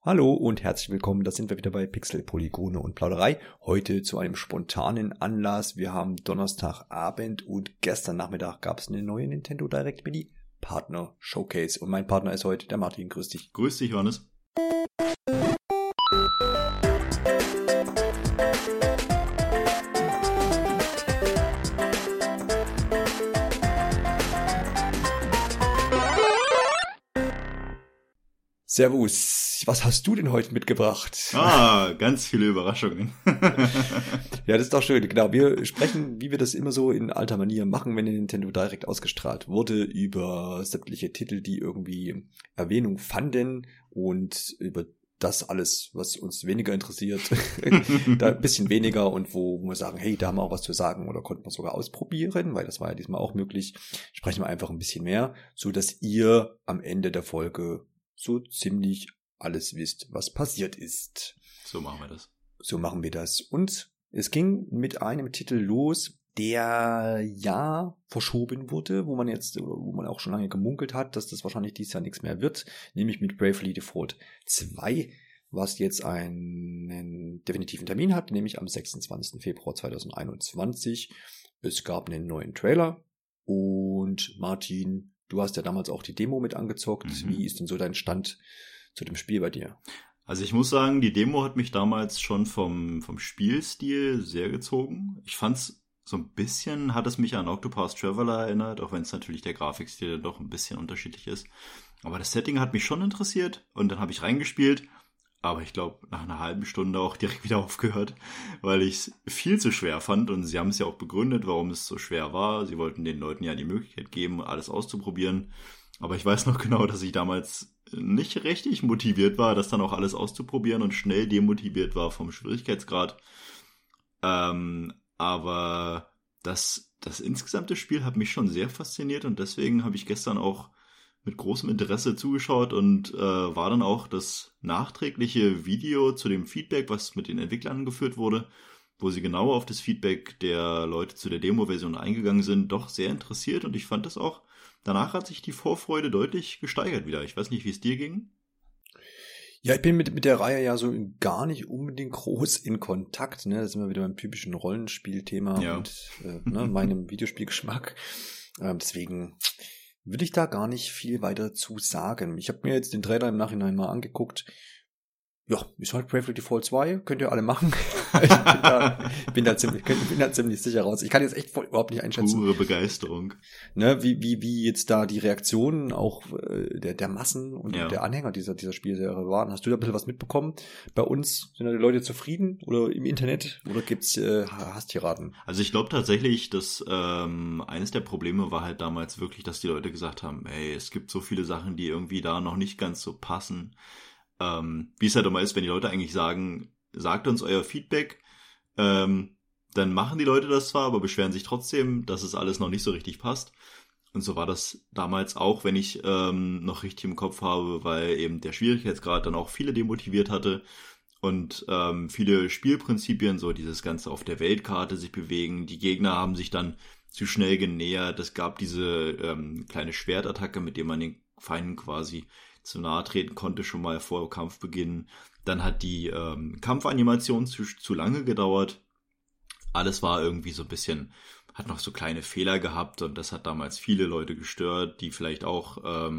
Hallo und herzlich willkommen, da sind wir wieder bei Pixel, Polygone und Plauderei. Heute zu einem spontanen Anlass. Wir haben Donnerstagabend und gestern Nachmittag gab es eine neue Nintendo Direct Mini Partner Showcase. Und mein Partner ist heute der Martin. Grüß dich. Grüß dich, Johannes. Servus, was hast du denn heute mitgebracht? Ganz viele Überraschungen. Ja, das ist doch schön. Genau, wir sprechen, wie wir das immer so in alter Manier machen, wenn der Nintendo Direct ausgestrahlt wurde, über sämtliche Titel, die irgendwie Erwähnung fanden und über das alles, was uns weniger interessiert, da ein bisschen weniger und wo wir sagen, hey, da haben wir auch was zu sagen oder konnten wir sogar ausprobieren, weil das war ja diesmal auch möglich, sprechen wir einfach ein bisschen mehr, so dass ihr am Ende der Folge so ziemlich alles wisst, was passiert ist. So machen wir das. So machen wir das. Und es ging mit einem Titel los, der ja verschoben wurde, wo man auch schon lange gemunkelt hat, dass das wahrscheinlich dieses Jahr nichts mehr wird, nämlich mit Bravely Default 2, was jetzt einen definitiven Termin hat, nämlich am 26. Februar 2021. Es gab einen neuen Trailer und Martin, du hast ja damals auch die Demo mit angezockt. Wie ist denn so dein Stand zu dem Spiel bei dir? Also ich muss sagen, die Demo hat mich damals schon vom Spielstil sehr gezogen. Ich fand's so ein bisschen, hat es mich an Octopath Traveler erinnert, auch wenn es natürlich der Grafikstil doch ein bisschen unterschiedlich ist. Aber das Setting hat mich schon interessiert und dann habe ich reingespielt. Aber ich glaube, nach einer halben Stunde auch direkt wieder aufgehört, weil ich es viel zu schwer fand. Und sie haben es ja auch begründet, warum es so schwer war. Sie wollten den Leuten ja die Möglichkeit geben, alles auszuprobieren. Aber ich weiß noch genau, dass ich damals nicht richtig motiviert war, das dann auch alles auszuprobieren und schnell demotiviert war vom Schwierigkeitsgrad. Aber das insgesamte Spiel hat mich schon sehr fasziniert und deswegen habe ich gestern auch mit großem Interesse zugeschaut und war dann auch das nachträgliche Video zu dem Feedback, was mit den Entwicklern geführt wurde, wo sie genau auf das Feedback der Leute zu der Demo-Version eingegangen sind, doch sehr interessiert und ich fand das auch, danach hat sich die Vorfreude deutlich gesteigert wieder. Ich weiß nicht, wie es dir ging. Ja, ich bin mit der Reihe ja so gar nicht unbedingt groß in Kontakt, ne? Das sind wir wieder beim typischen Rollenspielthema und meinem Videospielgeschmack. Deswegen würde ich da gar nicht viel weiter zu sagen. Ich habe mir jetzt den Trailer im Nachhinein mal angeguckt. Ja, ist halt Bravely Default 2, könnt ihr alle machen. Ich bin da ziemlich sicher raus. Ich kann jetzt echt überhaupt nicht einschätzen. Pure Begeisterung. Ne, wie jetzt da die Reaktionen auch der Massen und der Anhänger dieser Spielserie waren. Hast du da ein bisschen was mitbekommen? Bei uns sind da die Leute zufrieden oder im Internet oder gibt's Hasstiraden? Also ich glaube tatsächlich, dass eines der Probleme war halt damals wirklich, dass die Leute gesagt haben, ey, es gibt so viele Sachen, die irgendwie da noch nicht ganz so passen. Wie es halt immer ist, wenn die Leute eigentlich sagen, sagt uns euer Feedback, dann machen die Leute das zwar, aber beschweren sich trotzdem, dass es alles noch nicht so richtig passt. Und so war das damals auch, wenn ich noch richtig im Kopf habe, weil eben der Schwierigkeitsgrad dann auch viele demotiviert hatte und viele Spielprinzipien, so dieses Ganze auf der Weltkarte sich bewegen, die Gegner haben sich dann zu schnell genähert, es gab diese kleine Schwertattacke, mit der man den Feinden quasi zu nahe treten konnte, schon mal vor Kampfbeginn. Dann hat die Kampfanimation zu lange gedauert. Alles war irgendwie so ein bisschen, hat noch so kleine Fehler gehabt und das hat damals viele Leute gestört, die vielleicht auch,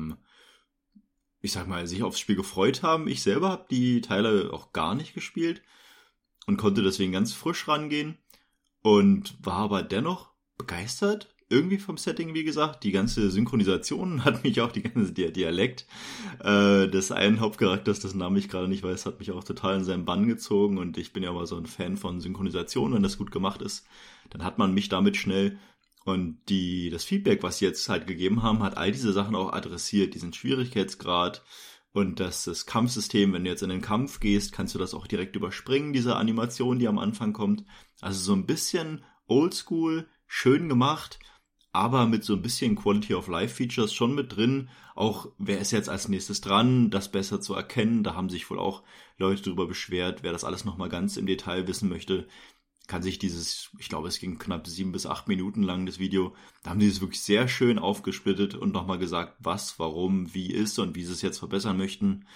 ich sag mal, sich aufs Spiel gefreut haben. Ich selber habe die Teile auch gar nicht gespielt und konnte deswegen ganz frisch rangehen und war aber dennoch begeistert. Irgendwie vom Setting, wie gesagt, die ganze Synchronisation hat mich auch, der Dialekt des einen Hauptcharakters, dessen Namen ich gerade nicht weiß, hat mich auch total in seinen Bann gezogen und ich bin ja immer so ein Fan von Synchronisation, wenn das gut gemacht ist, dann hat man mich damit schnell und das Feedback, was sie jetzt halt gegeben haben, hat all diese Sachen auch adressiert, diesen Schwierigkeitsgrad und das Kampfsystem, wenn du jetzt in den Kampf gehst, kannst du das auch direkt überspringen, diese Animation, die am Anfang kommt, also so ein bisschen oldschool, schön gemacht, aber mit so ein bisschen Quality of Life Features schon mit drin. Auch wer ist jetzt als nächstes dran, das besser zu erkennen. Da haben sich wohl auch Leute drüber beschwert. Wer das alles nochmal ganz im Detail wissen möchte, kann sich ich glaube, es ging knapp 7 bis 8 Minuten lang, das Video. Da haben die es wirklich sehr schön aufgesplittet und nochmal gesagt, was, warum, wie ist und wie sie es jetzt verbessern möchten.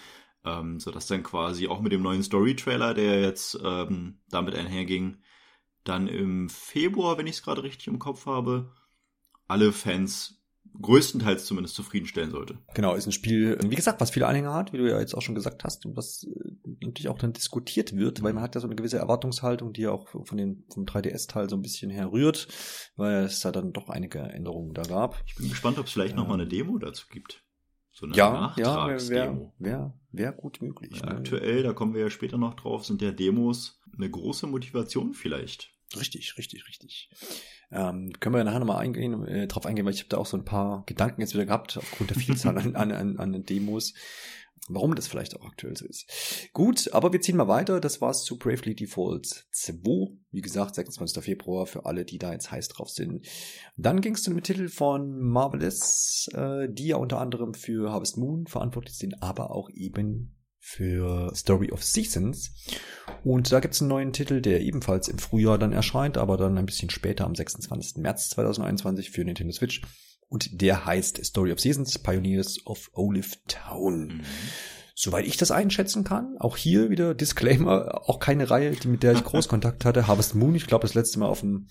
sodass dann quasi auch mit dem neuen Story-Trailer, der jetzt damit einherging, dann im Februar, wenn ich es gerade richtig im Kopf habe, alle Fans größtenteils zumindest zufriedenstellen sollte. Genau, ist ein Spiel, wie gesagt, was viele Anhänger hat, wie du ja jetzt auch schon gesagt hast, und was natürlich auch dann diskutiert wird, weil man hat ja so eine gewisse Erwartungshaltung, die ja auch vom 3DS-Teil so ein bisschen herrührt, weil es da dann doch einige Änderungen da gab. Ich bin gespannt, ob es vielleicht nochmal eine Demo dazu gibt. So eine Nachtragsdemo. Wäre gut möglich. Ja, aktuell, da kommen wir ja später noch drauf, sind ja Demos eine große Motivation vielleicht. Richtig. Können wir nachher nochmal drauf eingehen, weil ich habe da auch so ein paar Gedanken jetzt wieder gehabt, aufgrund der Vielzahl an Demos, warum das vielleicht auch aktuell so ist. Gut, aber wir ziehen mal weiter. Das war's zu Bravely Default 2. Wie gesagt, 26. Februar für alle, die da jetzt heiß drauf sind. Dann ging es zu einem Titel von Marvelous, die ja unter anderem für Harvest Moon verantwortlich sind, aber auch eben für Story of Seasons. Und da gibt es einen neuen Titel, der ebenfalls im Frühjahr dann erscheint, aber dann ein bisschen später am 26. März 2021 für Nintendo Switch. Und der heißt Story of Seasons, Pioneers of Olive Town. Soweit ich das einschätzen kann, auch hier wieder Disclaimer, auch keine Reihe, mit der ich Großkontakt hatte. Harvest Moon, ich glaube das letzte Mal auf dem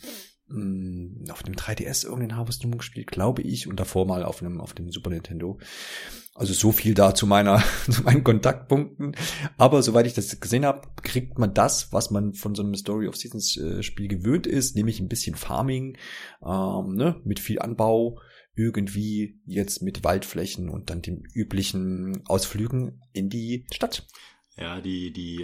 3DS irgendeinen Harvest Moon gespielt, glaube ich, und davor mal auf dem Super Nintendo. Also so viel da zu meinen Kontaktpunkten. Aber soweit ich das gesehen habe, kriegt man das, was man von so einem Story of Seasons Spiel gewöhnt ist, nämlich ein bisschen Farming, mit viel Anbau, irgendwie jetzt mit Waldflächen und dann den üblichen Ausflügen in die Stadt. Ja, die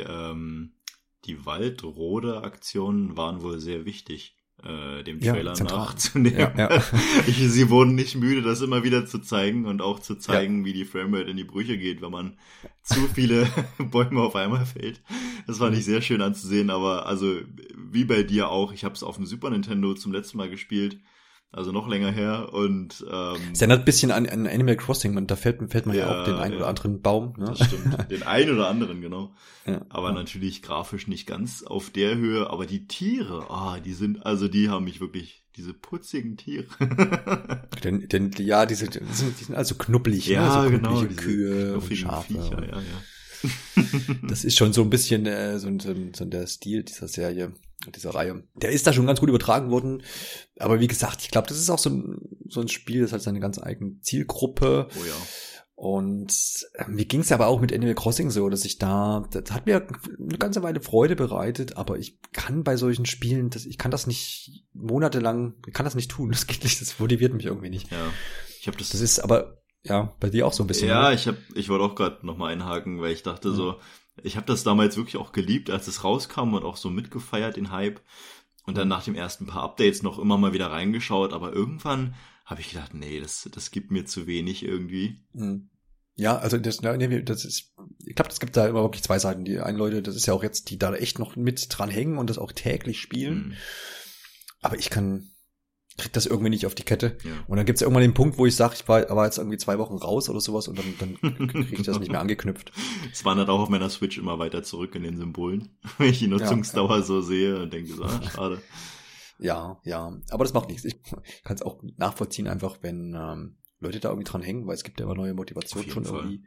Waldrode-Aktionen waren wohl sehr wichtig. Dem Trailer nachzunehmen. Ja. Sie wurden nicht müde, das immer wieder zu zeigen und auch zu zeigen, wie die Framerate in die Brüche geht, wenn man zu viele Bäume auf einmal fällt. Das war nicht sehr schön anzusehen, aber also wie bei dir auch, ich habe es auf dem Super Nintendo zum letzten Mal gespielt, also noch länger her und es erinnert ein bisschen an Animal Crossing, da fällt man ja auch den einen oder anderen Baum. Ne? Das stimmt, den einen oder anderen, genau. Ja, aber natürlich grafisch nicht ganz auf der Höhe, aber die Tiere, die haben mich wirklich, diese putzigen Tiere. Die sind also knubbelig, ja, ne? So genau, Kühe und Schafe. Viecher, ja. Das ist schon so ein bisschen so der Stil dieser Serie, dieser Reihe. Der ist da schon ganz gut übertragen worden. Aber wie gesagt, ich glaube, das ist auch so ein Spiel, das hat seine ganz eigene Zielgruppe. Oh ja. Und mir ging es aber auch mit Animal Crossing so, dass das hat mir eine ganze Weile Freude bereitet, aber ich kann bei solchen Spielen, ich kann das nicht monatelang, ich kann das nicht tun, das geht nicht, das motiviert mich irgendwie nicht. Ja, das ist aber, ja, bei dir auch so ein bisschen. Ja, ich wollte auch gerade nochmal einhaken, weil ich dachte so, ich habe das damals wirklich auch geliebt, als es rauskam und auch so mitgefeiert, den Hype. Und dann nach dem ersten paar Updates noch immer mal wieder reingeschaut, aber irgendwann habe ich gedacht, nee, das gibt mir zu wenig irgendwie. Ja, also das ist, ich glaube, das gibt da immer wirklich zwei Seiten. Die einen Leute, das ist ja auch jetzt, die da echt noch mit dran hängen und das auch täglich spielen. Aber ich krieg das irgendwie nicht auf die Kette. Ja. Und dann gibt's irgendwann den Punkt, wo ich sage, ich war jetzt irgendwie 2 Wochen raus oder sowas und dann kriege ich das nicht mehr angeknüpft. Es wandert auch auf meiner Switch immer weiter zurück in den Symbolen, wenn ich die Nutzungsdauer so sehe und denke so, schade. Ja, aber das macht nichts. Ich kann es auch nachvollziehen, einfach wenn Leute da irgendwie dran hängen, weil es gibt ja immer neue Motivation schon Fall. Irgendwie.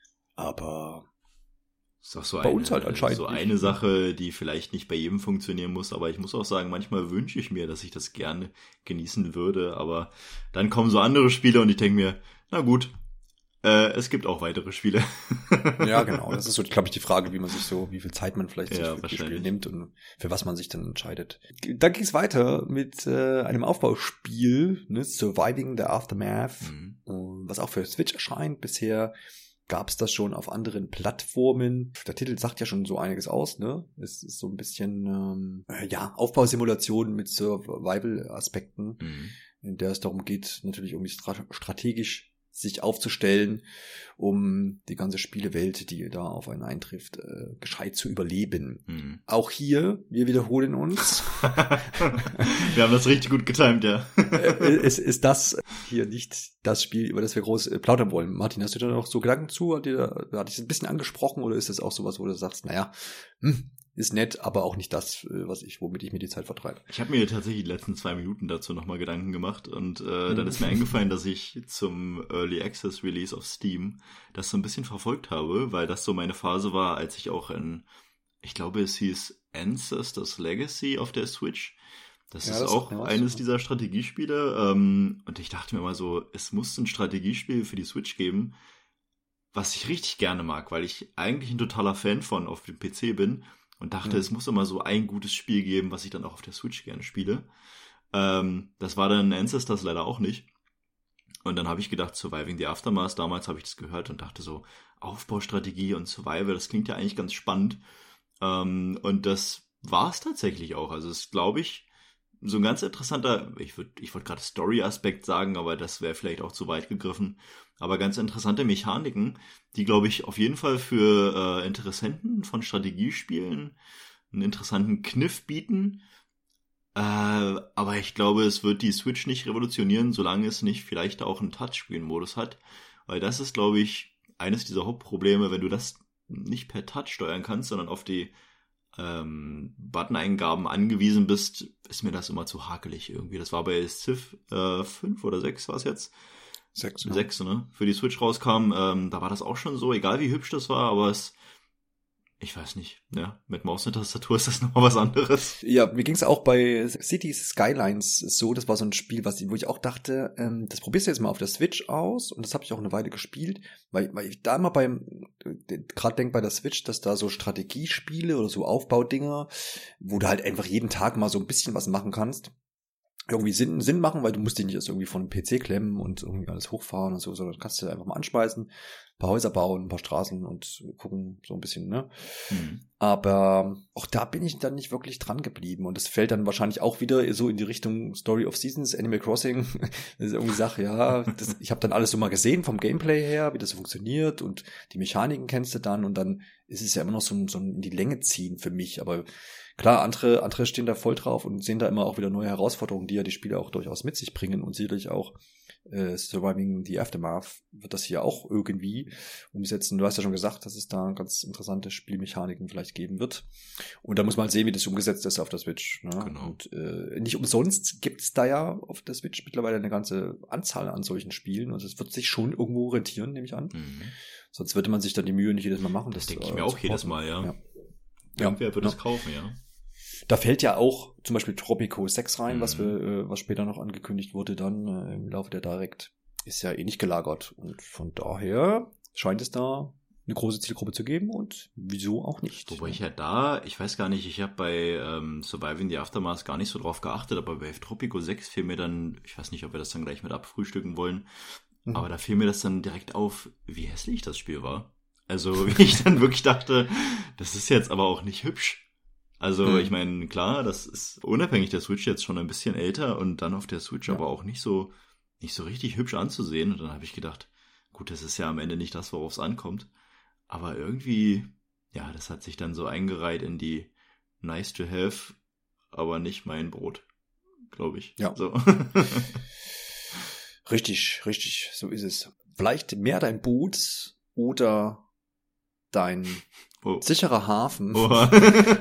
Aber ist doch so bei uns halt anscheinend so eine Sache, die vielleicht nicht bei jedem funktionieren muss, aber ich muss auch sagen, manchmal wünsche ich mir, dass ich das gerne genießen würde, aber dann kommen so andere Spiele und ich denke mir, na gut, es gibt auch weitere Spiele. Ja, genau, das ist so, glaube ich, die Frage, wie viel Zeit man vielleicht sich für die Spiele nimmt und für was man sich dann entscheidet. Dann ging es weiter mit einem Aufbauspiel, ne, Surviving the Aftermath, was auch für Switch erscheint. Bisher gab es das schon auf anderen Plattformen. Der Titel sagt ja schon so einiges aus, ne? Es ist so ein bisschen, Aufbausimulation mit Survival-Aspekten, in der es darum geht, natürlich irgendwie strategisch sich aufzustellen, um die ganze Spielewelt, die da auf einen eintrifft, gescheit zu überleben. Auch hier, wir wiederholen uns. Wir haben das richtig gut getimt, ja. Ist das hier nicht das Spiel, über das wir groß plaudern wollen? Martin, hast du da noch so Gedanken zu? Hat dich ein bisschen angesprochen oder ist das auch sowas, wo du sagst, naja, ist nett, aber auch nicht das, womit ich mir die Zeit vertreibe. Ich habe mir tatsächlich die letzten 2 Minuten dazu nochmal Gedanken gemacht und dann ist mir eingefallen, dass ich zum Early Access Release auf Steam das so ein bisschen verfolgt habe, weil das so meine Phase war, als ich auch ich glaube es hieß Ancestors Legacy auf der Switch. Das ist auch eines dieser Strategiespiele und ich dachte mir mal so, es muss ein Strategiespiel für die Switch geben, was ich richtig gerne mag, weil ich eigentlich ein totaler Fan von auf dem PC bin und dachte, es muss immer so ein gutes Spiel geben, was ich dann auch auf der Switch gerne spiele. Das war dann Ancestors leider auch nicht. Und dann habe ich gedacht, Surviving the Aftermath, damals habe ich das gehört und dachte so, Aufbaustrategie und Survival, das klingt ja eigentlich ganz spannend. Und das war es tatsächlich auch. Also es ist, glaube ich, so ein ganz interessanter, ich wollte gerade Story-Aspekt sagen, aber das wäre vielleicht auch zu weit gegriffen. Aber ganz interessante Mechaniken, die, glaube ich, auf jeden Fall für Interessenten von Strategiespielen einen interessanten Kniff bieten. Aber ich glaube, es wird die Switch nicht revolutionieren, solange es nicht vielleicht auch einen Touchscreen-Modus hat. Weil das ist, glaube ich, eines dieser Hauptprobleme, wenn du das nicht per Touch steuern kannst, sondern auf die Button-Eingaben angewiesen bist, ist mir das immer zu hakelig irgendwie. Das war bei Civ 5 oder 6 war es jetzt. 6, 6, ne? Für die Switch rauskam, da war das auch schon so, egal wie hübsch das war, aber ich weiß nicht, ja, mit Maus und Tastatur ist das nochmal was anderes. Ja, mir ging's auch bei Cities Skylines so, das war so ein Spiel, wo ich auch dachte, das probierst du jetzt mal auf der Switch aus und das habe ich auch eine Weile gespielt, weil ich da immer gerade denk bei der Switch, dass da so Strategiespiele oder so Aufbaudinger, wo du halt einfach jeden Tag mal so ein bisschen was machen kannst, irgendwie Sinn machen, weil du musst dich nicht erst irgendwie von einem PC klemmen und irgendwie alles hochfahren und so, sondern kannst du einfach mal anspeisen, ein paar Häuser bauen, ein paar Straßen und gucken so ein bisschen, ne? Aber auch da bin ich dann nicht wirklich dran geblieben und das fällt dann wahrscheinlich auch wieder so in die Richtung Story of Seasons, Animal Crossing, das ist irgendwie Sache, ja, ich habe dann alles so mal gesehen vom Gameplay her, wie das so funktioniert und die Mechaniken kennst du dann und dann ist es ja immer noch so ein in die Länge ziehen für mich, aber klar, andere stehen da voll drauf und sehen da immer auch wieder neue Herausforderungen, die ja die Spiele auch durchaus mit sich bringen und sicherlich auch Surviving the Aftermath wird das hier auch irgendwie umsetzen. Du hast ja schon gesagt, dass es da ganz interessante Spielmechaniken vielleicht geben wird. Und da muss man halt sehen, wie das umgesetzt ist auf der Switch. Ne? Genau. Und nicht umsonst gibt es da ja auf der Switch mittlerweile eine ganze Anzahl an solchen Spielen. Und es wird sich schon irgendwo rentieren, nehme ich an. Sonst würde man sich dann die Mühe nicht jedes Mal machen. Das denke ich mir auch jedes Mal, ja. Wer wird es kaufen, ja. Da fällt ja auch zum Beispiel Tropico 6 rein, was später noch angekündigt wurde dann im Laufe der Direct. Ist ja eh nicht gelagert. Und von daher scheint es da eine große Zielgruppe zu geben und wieso auch nicht. Wobei ich ich weiß gar nicht, ich habe bei Surviving the Aftermath gar nicht so drauf geachtet, aber bei Tropico 6 fiel mir dann, ich weiß nicht, ob wir das dann gleich mit abfrühstücken wollen, aber da fiel mir das dann direkt auf, wie hässlich das Spiel war. Also wie ich dann wirklich dachte, das ist jetzt aber auch nicht hübsch. Also ich meine, klar, das ist unabhängig der Switch jetzt schon ein bisschen älter und dann auf der Switch aber auch nicht so richtig hübsch anzusehen. Und dann habe ich gedacht, gut, das ist ja am Ende nicht das, worauf es ankommt. Aber irgendwie, ja, das hat sich dann so eingereiht in die nice to have, aber nicht mein Brot, glaube ich. Ja. So. Richtig, so ist es. Vielleicht mehr dein Boot oder dein sicherer Hafen unter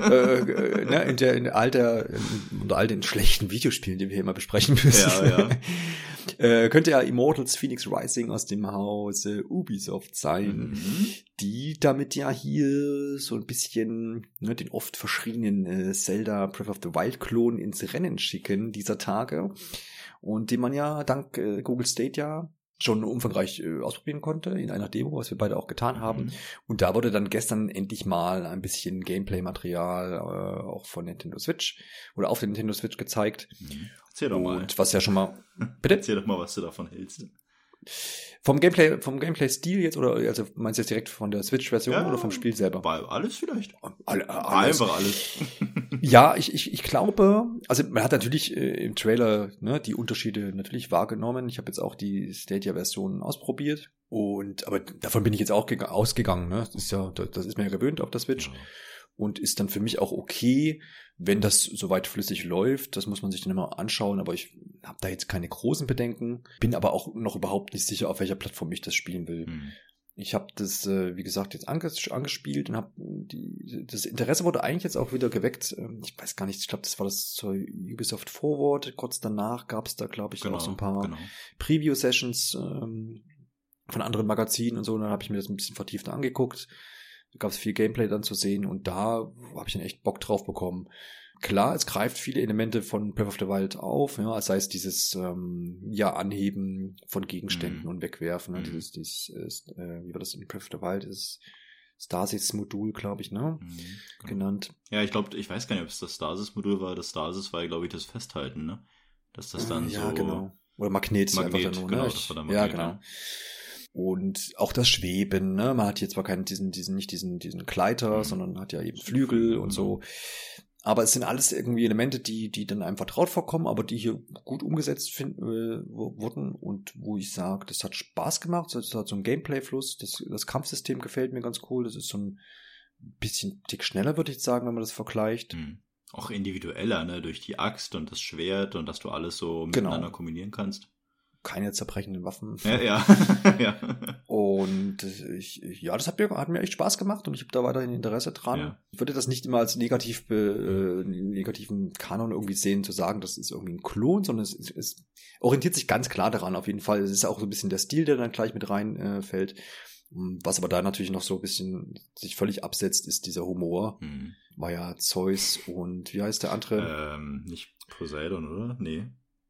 all den schlechten Videospielen, die wir hier immer besprechen müssen. Könnte ja Immortals Phoenix Rising aus dem Hause Ubisoft sein, die damit ja hier so ein bisschen den oft verschriebenen Zelda Breath of the Wild Klon ins Rennen schicken dieser Tage und den man ja dank Google Stadia schon umfangreich ausprobieren konnte in einer Demo, was wir beide auch getan haben. Und da wurde dann gestern endlich mal ein bisschen Gameplay-Material auch von Nintendo Switch oder auf der Nintendo Switch gezeigt. Erzähl doch mal. Und was ja schon mal... Bitte? Erzähl doch mal, was du davon hältst. Vom Gameplay-Stil jetzt, oder also meinst du jetzt direkt von der Switch-Version oder vom Spiel selber? Alles vielleicht. Alles. Einfach alles. Ja, ich glaube, also man hat natürlich im Trailer die Unterschiede natürlich wahrgenommen. Ich habe jetzt auch die Stadia-Version ausprobiert aber davon bin ich jetzt auch ausgegangen. Ne? Das ist mir ja gewöhnt auf der Switch. Ja. Und ist dann für mich auch okay, wenn das soweit flüssig läuft. Das muss man sich dann immer anschauen, aber ich habe da jetzt keine großen Bedenken. Bin aber auch noch überhaupt nicht sicher, auf welcher Plattform ich das spielen will. Ich habe das, wie gesagt, jetzt angespielt und das Interesse wurde eigentlich jetzt auch wieder geweckt. Ich weiß gar nicht, ich glaube, das war das zur Ubisoft Forward. Kurz danach gab es da, glaube ich, auch so ein paar Preview-Sessions von anderen Magazinen und so. Und dann habe ich mir das ein bisschen vertiefter angeguckt. Da gab es viel Gameplay dann zu sehen und da habe ich dann echt Bock drauf bekommen. Klar, es greift viele Elemente von Breath of the Wild auf, ja, sei es dieses Anheben von Gegenständen und Wegwerfen, ne? Wie war das in Breath of the Wild, ist Stasis-Modul, glaube ich, ne? Genannt. Ja, ich glaube, ich weiß gar nicht, ob es das Stasis-Modul war. Das Stasis war, glaube ich, das Festhalten, ne? Dass das dann ja, so... genau. Oder Magnet einfach dann nur, genau, ne? das war dann Magnet. Ja, genau. Und auch das Schweben, ne? Man hat hier zwar nicht diesen Gleiter, sondern hat ja eben Flügel und so. Aber es sind alles irgendwie Elemente, die dann einem vertraut vorkommen, aber die hier gut umgesetzt wurden und wo ich sage, das hat Spaß gemacht, das hat so einen Gameplay-Fluss, das Kampfsystem gefällt mir ganz cool, das ist so ein bisschen dick schneller, würde ich sagen, wenn man das vergleicht. Auch individueller, ne, durch die Axt und das Schwert und dass du alles so miteinander kombinieren kannst. Keine zerbrechenden Waffen. Ja. Und das hat mir echt Spaß gemacht und ich habe da weiterhin Interesse dran. Ja. Ich würde das nicht immer als negativen Kanon irgendwie sehen, zu sagen, das ist irgendwie ein Klon, sondern es orientiert sich ganz klar daran auf jeden Fall. Es ist auch so ein bisschen der Stil, der dann gleich mit reinfällt. Was aber da natürlich noch so ein bisschen sich völlig absetzt, ist dieser Humor. War ja Zeus und wie heißt der andere? Nicht Poseidon, oder? Nee.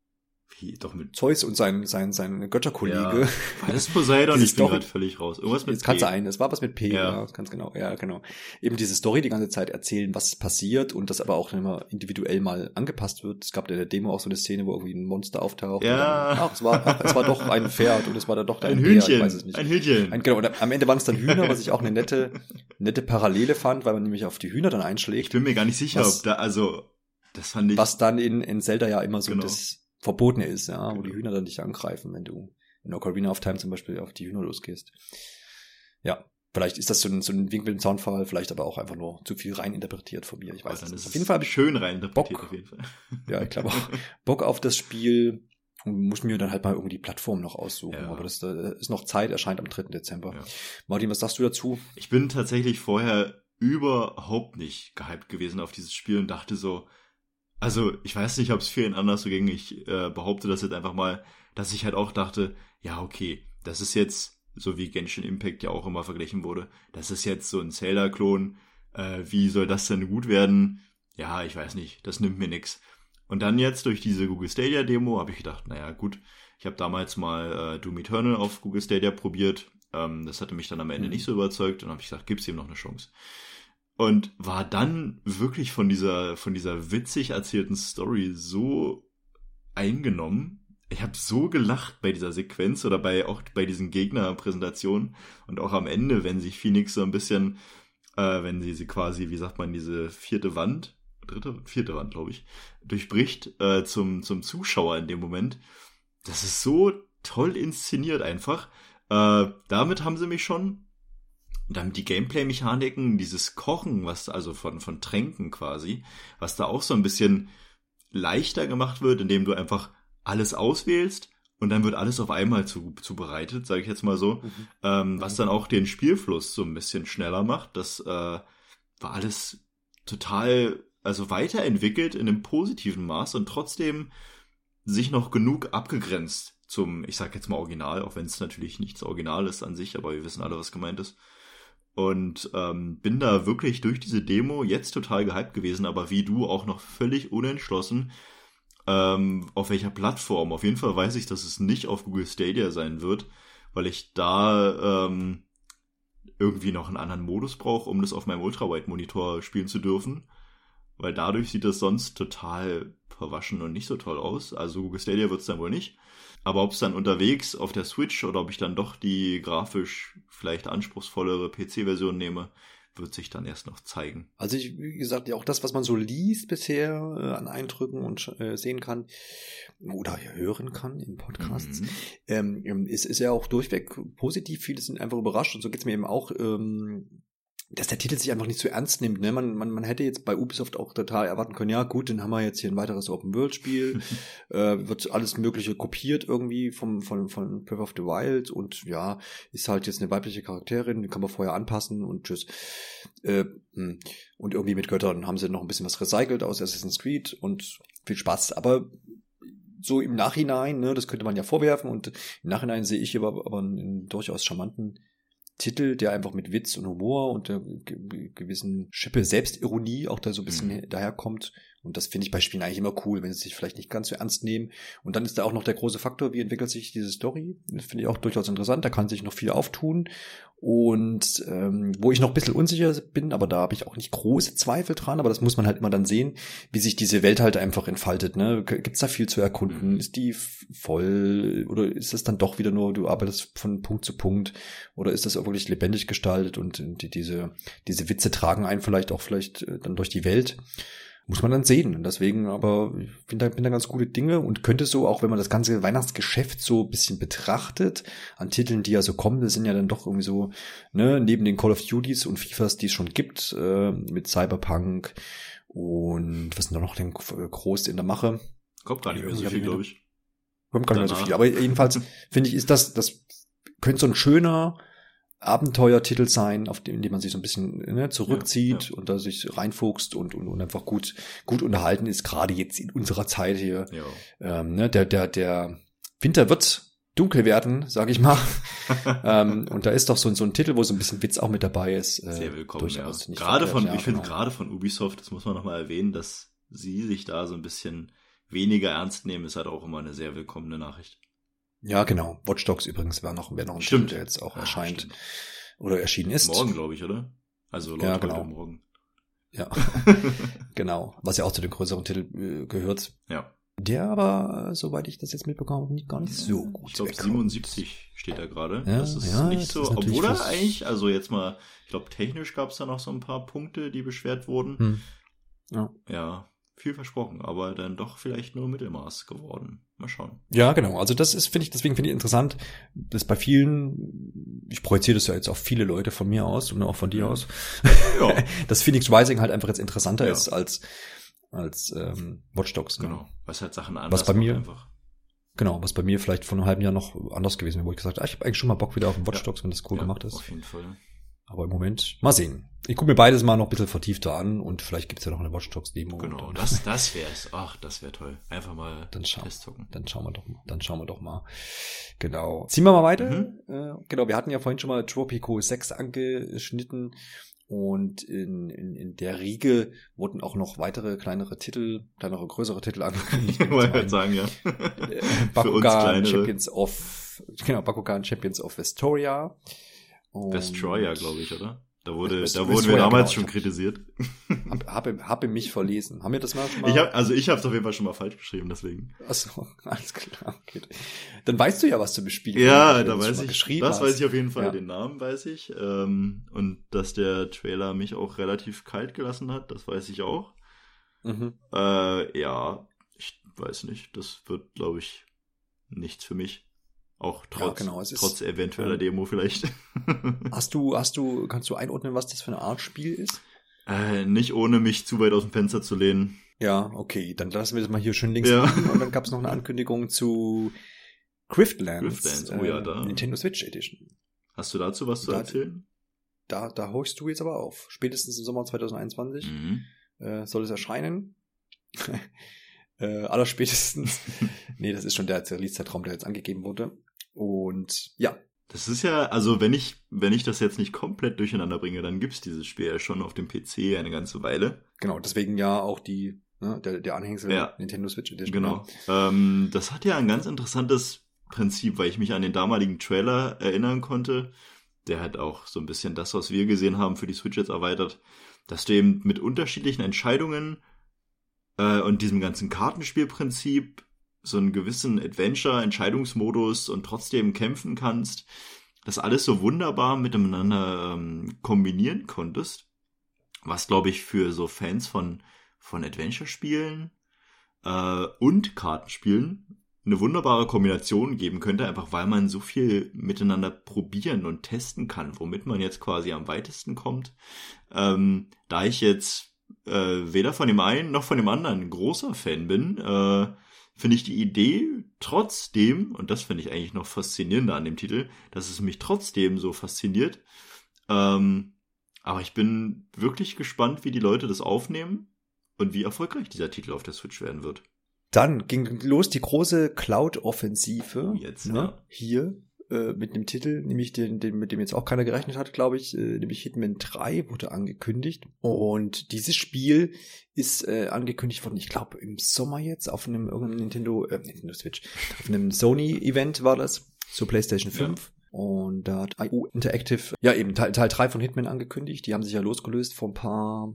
Doch mit Zeus und sein Götterkollege. Ja. War das Poseidon? Ich bin gerade völlig raus. Irgendwas mit P. Kann sein, es war was mit P, ja, ganz genau. Ja, genau. Eben diese Story die ganze Zeit erzählen, was passiert und das aber auch immer individuell mal angepasst wird. Es gab in der Demo auch so eine Szene, wo irgendwie ein Monster auftaucht. Ja. Dann, es war doch ein Pferd und es war dann doch ein Hühnchen. Ich weiß es nicht. Ein Hühnchen. Genau, und am Ende waren es dann Hühner, was ich auch eine nette Parallele fand, weil man nämlich auf die Hühner dann einschlägt. Ich bin mir gar nicht sicher, ob da, das fand ich... Was dann in Zelda ja immer so das Verbotene ist, ja, wo die Hühner dann dich angreifen, wenn du in Ocarina of Time zum Beispiel auf die Hühner losgehst. Ja, vielleicht ist das so ein Wink mit dem Zaunpfahl, vielleicht aber auch einfach nur zu viel reininterpretiert von mir, ich weiß es nicht. Auf jeden Fall habe ich schön reininterpretiert, Bock, auf jeden Fall. Ja, ich glaube auch, Bock auf das Spiel und muss mir dann halt mal irgendwie die Plattform noch aussuchen, aber das ist noch Zeit, erscheint am 3. Dezember. Ja. Martin, was sagst du dazu? Ich bin tatsächlich vorher überhaupt nicht gehypt gewesen auf dieses Spiel und dachte so, also, ich weiß nicht, ob es vielen anders so ging. Ich behaupte das jetzt einfach mal, dass ich halt auch dachte, ja, okay, das ist jetzt, so wie Genshin Impact ja auch immer verglichen wurde, das ist jetzt so ein Zelda-Klon. Wie soll das denn gut werden? Ja, ich weiß nicht, das nimmt mir nix. Und dann jetzt durch diese Google Stadia-Demo habe ich gedacht, naja, gut, ich habe damals mal Doom Eternal auf Google Stadia probiert. Das hatte mich dann am Ende nicht so überzeugt und habe ich gesagt, gib's ihm noch eine Chance. Und war dann wirklich von dieser witzig erzählten Story so eingenommen. Ich habe so gelacht bei dieser Sequenz oder auch bei diesen Gegnerpräsentationen. Und auch am Ende, wenn sich Phoenix so ein bisschen, wenn sie quasi, wie sagt man, diese vierte Wand, glaube ich, durchbricht zum Zuschauer in dem Moment. Das ist so toll inszeniert einfach. Damit haben sie mich schon... Und dann die Gameplay-Mechaniken, dieses Kochen, was also von Tränken quasi, was da auch so ein bisschen leichter gemacht wird, indem du einfach alles auswählst und dann wird alles auf einmal zubereitet, sage ich jetzt mal so, was dann auch den Spielfluss so ein bisschen schneller macht. Das war alles total, also weiterentwickelt in einem positiven Maß und trotzdem sich noch genug abgegrenzt zum, ich sag jetzt mal Original, auch wenn es natürlich nichts Original ist an sich, aber wir wissen alle, was gemeint ist. Und bin da wirklich durch diese Demo jetzt total gehypt gewesen, aber wie du auch noch völlig unentschlossen, auf welcher Plattform. Auf jeden Fall weiß ich, dass es nicht auf Google Stadia sein wird, weil ich da irgendwie noch einen anderen Modus brauche, um das auf meinem Ultrawide-Monitor spielen zu dürfen. Weil dadurch sieht das sonst total verwaschen und nicht so toll aus. Also Google Stadia wird es dann wohl nicht. Aber ob es dann unterwegs auf der Switch oder ob ich dann doch die grafisch vielleicht anspruchsvollere PC-Version nehme, wird sich dann erst noch zeigen. Also wie gesagt, ja auch das, was man so liest bisher an Eindrücken und sehen kann oder hören kann in Podcasts, ist ja auch durchweg positiv. Viele sind einfach überrascht und so geht's mir eben auch. dass der Titel sich einfach nicht so ernst nimmt. Ne? Man hätte jetzt bei Ubisoft auch total erwarten können, ja gut, dann haben wir jetzt hier ein weiteres Open-World-Spiel, wird alles Mögliche kopiert irgendwie von Breath of the Wild und ja, ist halt jetzt eine weibliche Charakterin, die kann man vorher anpassen und tschüss. Und irgendwie mit Göttern haben sie noch ein bisschen was recycelt aus Assassin's Creed und viel Spaß, aber so im Nachhinein, ne, das könnte man ja vorwerfen und im Nachhinein sehe ich aber einen durchaus charmanten Titel, der einfach mit Witz und Humor und der gewissen Schippe Selbstironie auch da so ein bisschen daherkommt. Und das finde ich bei Spielen eigentlich immer cool, wenn sie sich vielleicht nicht ganz so ernst nehmen. Und dann ist da auch noch der große Faktor, wie entwickelt sich diese Story. Das finde ich auch durchaus interessant, da kann sich noch viel auftun. Und wo ich noch ein bisschen unsicher bin, aber da habe ich auch nicht große Zweifel dran, aber das muss man halt immer dann sehen, wie sich diese Welt halt einfach entfaltet. Ne? Gibt's da viel zu erkunden? Ist die voll oder ist es dann doch wieder nur, du arbeitest von Punkt zu Punkt oder ist das auch wirklich lebendig gestaltet und diese Witze tragen einen vielleicht dann durch die Welt? Muss man dann sehen. Und deswegen, aber ich bin da ganz gute Dinge und könnte so, auch wenn man das ganze Weihnachtsgeschäft so ein bisschen betrachtet, an Titeln, die ja so kommen, das sind ja dann doch irgendwie so, ne, neben den Call of Duties und FIFAs, die es schon gibt, mit Cyberpunk und was sind da noch denn groß in der Mache? Kommt gar nicht mehr so viel, glaube ich. Kommt gar nicht mehr so viel. Aber jedenfalls finde ich, ist das könnte so ein schöner Abenteuertitel sein, auf dem man sich so ein bisschen zurückzieht und da sich reinfuchst und einfach gut unterhalten ist, gerade jetzt in unserer Zeit hier. Der Winter wird dunkel werden, sag ich mal. Und da ist doch so ein Titel, wo so ein bisschen Witz auch mit dabei ist. Sehr willkommen, durchaus nicht gerade verkehrt, ich finde gerade von Ubisoft, das muss man nochmal erwähnen, dass sie sich da so ein bisschen weniger ernst nehmen, ist halt auch immer eine sehr willkommene Nachricht. Ja, genau. Watch Dogs übrigens wäre noch ein Titel, der jetzt auch erscheint oder erschienen ist. Morgen, glaube ich, oder? Also laut heute morgen. Ja, genau. Was ja auch zu den größeren Titeln gehört. Ja. Der aber, soweit ich das jetzt mitbekomme, gar nicht so gut. Ich glaube 77 steht da gerade. Ja, das ist nicht so, obwohl er eigentlich, also jetzt mal, ich glaube technisch gab es da noch so ein paar Punkte, die beschwert wurden. Ja. Viel versprochen, aber dann doch vielleicht nur Mittelmaß geworden. Mal schauen. Ja, genau. Also deswegen finde ich interessant, dass bei vielen, ich projiziere das ja jetzt auf viele Leute von mir aus und auch von dir aus, dass Phoenix Rising halt einfach jetzt interessanter ist als Watch Dogs. Genau. Was halt Sachen anders was bei mir einfach. Genau, was bei mir vielleicht vor einem halben Jahr noch anders gewesen wäre, wo ich gesagt habe, ich habe eigentlich schon mal Bock wieder auf den Watch Dogs, wenn das cool gemacht ist. Auf jeden Fall. Aber im Moment, mal sehen. Ich gucke mir beides mal noch ein bisschen vertiefter an und vielleicht gibt's ja noch eine Watch Dogs Demo. Genau, das wär's. Ach, das wäre toll. Einfach mal testzocken. Dann schauen wir doch mal. Genau. Ziehen wir mal weiter. Genau, wir hatten ja vorhin schon mal Tropico 6 angeschnitten und in der Riege wurden auch noch weitere größere Titel angekündigt. Wollte ich sagen, ja. Bakugan Champions of Vestoria. Vestroia, glaube ich, oder? Da wurden wir damals schon kritisiert. Habe mich verlesen. Haben wir das mal schon mal? Ich habe es auf jeden Fall schon mal falsch geschrieben, deswegen. Achso, alles klar. Okay. Dann weißt du ja, was du bespielen. Ja, da weiß ich. Das weiß ich auf jeden Fall. Ja. Den Namen weiß ich. Und dass der Trailer mich auch relativ kalt gelassen hat, das weiß ich auch. Ja, ich weiß nicht. Das wird, glaube ich, nichts für mich. Auch trotz eventueller Demo vielleicht. Kannst du einordnen, was das für eine Art Spiel ist? Nicht ohne mich zu weit aus dem Fenster zu lehnen. Ja, okay, dann lassen wir das mal hier schön links liegen. Und dann gab es noch eine Ankündigung zu Griftlands, da. Nintendo Switch Edition. Hast du dazu was zu erzählen? Da horchst du jetzt aber auf. Spätestens im Sommer 2021 soll es erscheinen. Allerspätestens. Nee, das ist schon der Release-Zeitraum, der jetzt angegeben wurde. Und ja. Das ist ja, also wenn ich das jetzt nicht komplett durcheinander bringe, dann gibt's dieses Spiel ja schon auf dem PC eine ganze Weile. Genau, deswegen ja auch der Anhängsel Nintendo Switch Edition. Genau. Das hat ja ein ganz interessantes Prinzip, weil ich mich an den damaligen Trailer erinnern konnte. Der hat auch so ein bisschen das, was wir gesehen haben, für die Switch jetzt erweitert. Dass du eben mit unterschiedlichen Entscheidungen und diesem ganzen Kartenspielprinzip so einen gewissen Adventure-Entscheidungsmodus und trotzdem kämpfen kannst, das alles so wunderbar miteinander kombinieren konntest, was, glaube ich, für so Fans von Adventure-Spielen und Kartenspielen eine wunderbare Kombination geben könnte, einfach weil man so viel miteinander probieren und testen kann, womit man jetzt quasi am weitesten kommt. Da ich jetzt weder von dem einen noch von dem anderen ein großer Fan bin, finde ich die Idee trotzdem, und das finde ich eigentlich noch faszinierender an dem Titel, dass es mich trotzdem so fasziniert. Aber ich bin wirklich gespannt, wie die Leute das aufnehmen und wie erfolgreich dieser Titel auf der Switch werden wird. Dann ging los die große Cloud-Offensive. Jetzt, ne? ja. Hier mit einem Titel, nämlich den, mit dem jetzt auch keiner gerechnet hat, glaube ich, nämlich Hitman 3 wurde angekündigt. Und dieses Spiel ist angekündigt worden, ich glaube im Sommer jetzt, auf einem irgendeinem Nintendo Switch, auf einem Sony-Event war das, zur PlayStation 5. Ja. Und da hat IO Interactive, ja eben Teil 3 von Hitman angekündigt. Die haben sich ja losgelöst vor ein paar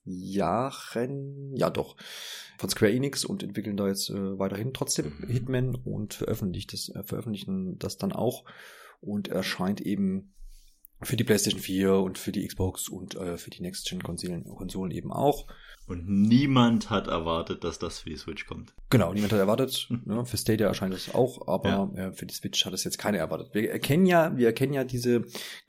Jahren, ja doch, von Square Enix und entwickeln da jetzt weiterhin trotzdem Hitman und veröffentlichen das dann auch und erscheint eben für die PlayStation 4 und für die Xbox und für die Next-Gen-Konsolen eben auch. Und niemand hat erwartet, dass das für die Switch kommt. Genau, niemand hat erwartet. Ne? Für Stadia erscheint es auch, aber für die Switch hat es jetzt keiner erwartet. Wir erkennen ja diese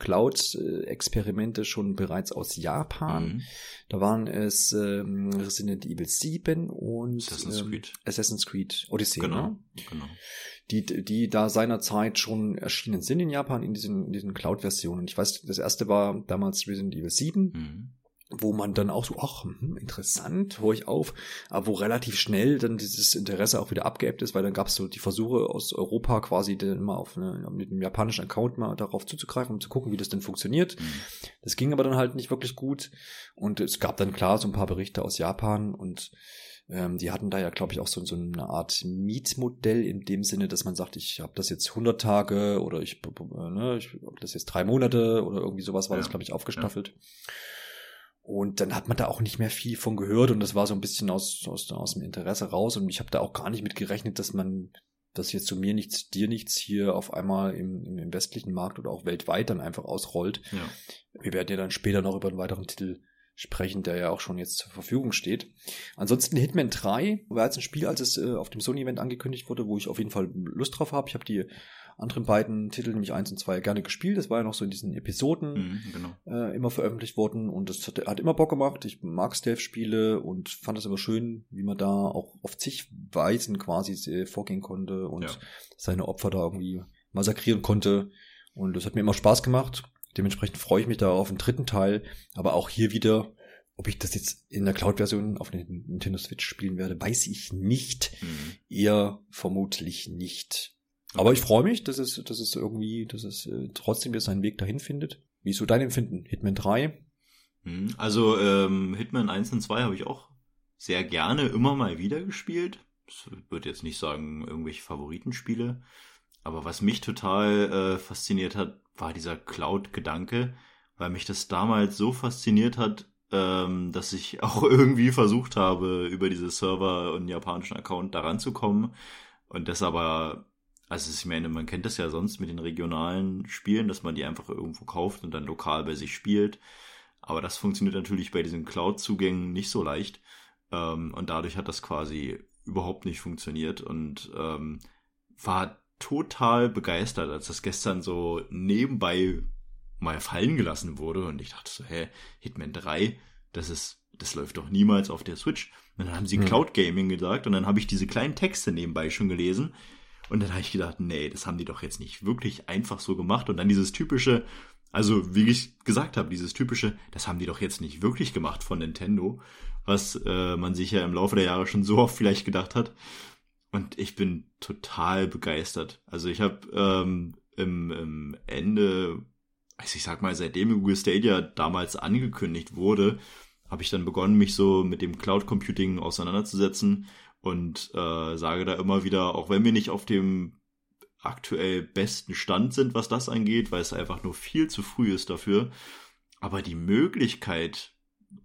Cloud-Experimente schon bereits aus Japan. Da waren es Resident Evil 7 und Assassin's Creed Odyssey. Genau, ne? Genau. Die da seinerzeit schon erschienen sind in Japan in diesen Cloud-Versionen. Ich weiß, das erste war damals Resident Evil 7. Wo man dann auch so, interessant, höre ich auf, aber wo relativ schnell dann dieses Interesse auch wieder abgeebbt ist, weil dann gab es so die Versuche aus Europa quasi dann immer mit einem japanischen Account mal darauf zuzugreifen, um zu gucken, wie das denn funktioniert. Das ging aber dann halt nicht wirklich gut und es gab dann klar so ein paar Berichte aus Japan und die hatten da ja, glaube ich, auch so eine Art Mietmodell in dem Sinne, dass man sagt, ich habe das jetzt 100 Tage oder ich habe das jetzt 3 Monate oder irgendwie sowas war das, glaube ich, aufgestaffelt. Ja. Und dann hat man da auch nicht mehr viel von gehört und das war so ein bisschen aus dem Interesse raus und ich habe da auch gar nicht mit gerechnet, dass man das jetzt zu mir nichts, dir nichts hier auf einmal im westlichen Markt oder auch weltweit dann einfach ausrollt. Ja. Wir werden ja dann später noch über einen weiteren Titel sprechen, der ja auch schon jetzt zur Verfügung steht. Ansonsten Hitman 3 war jetzt ein Spiel, als es auf dem Sony-Event angekündigt wurde, wo ich auf jeden Fall Lust drauf habe. Ich habe die anderen beiden Titel, nämlich 1 und 2, gerne gespielt. Das war ja noch so in diesen Episoden immer veröffentlicht worden und das hat immer Bock gemacht. Ich mag Stealth-Spiele und fand es immer schön, wie man da auch auf zig Weisen quasi vorgehen konnte und seine Opfer da irgendwie massakrieren konnte. Und das hat mir immer Spaß gemacht. Dementsprechend freue ich mich da auf den 3. Teil. Aber auch hier wieder, ob ich das jetzt in der Cloud-Version auf der Nintendo Switch spielen werde, weiß ich nicht. Eher vermutlich nicht. Aber ich freue mich, dass es trotzdem jetzt seinen Weg dahin findet. Wie ist so dein Empfinden? Hitman 3? Also Hitman 1 und 2 habe ich auch sehr gerne immer mal wieder gespielt. Ich würde jetzt nicht sagen, irgendwelche Favoritenspiele. Aber was mich total fasziniert hat, war dieser Cloud-Gedanke, weil mich das damals so fasziniert hat, dass ich auch irgendwie versucht habe, über diese Server und japanischen Account da ranzukommen. Und das aber... Also ich meine, man kennt das ja sonst mit den regionalen Spielen, dass man die einfach irgendwo kauft und dann lokal bei sich spielt. Aber das funktioniert natürlich bei diesen Cloud-Zugängen nicht so leicht. Und dadurch hat das quasi überhaupt nicht funktioniert und war total begeistert, als das gestern so nebenbei mal fallen gelassen wurde. Und ich dachte so, Hitman 3, das läuft doch niemals auf der Switch. Und dann haben sie Cloud Gaming gesagt und dann habe ich diese kleinen Texte nebenbei schon gelesen. Und dann habe ich gedacht, nee, das haben die doch jetzt nicht wirklich einfach so gemacht. Und dann dieses typische, also wie ich gesagt habe, dieses typische, das haben die doch jetzt nicht wirklich gemacht von Nintendo, was man sich ja im Laufe der Jahre schon so oft vielleicht gedacht hat. Und ich bin total begeistert. Also ich habe im Ende, also ich sag mal, seitdem Google Stadia damals angekündigt wurde, habe ich dann begonnen, mich so mit dem Cloud Computing auseinanderzusetzen. Und sage da immer wieder, auch wenn wir nicht auf dem aktuell besten Stand sind, was das angeht, weil es einfach nur viel zu früh ist dafür. Aber die Möglichkeit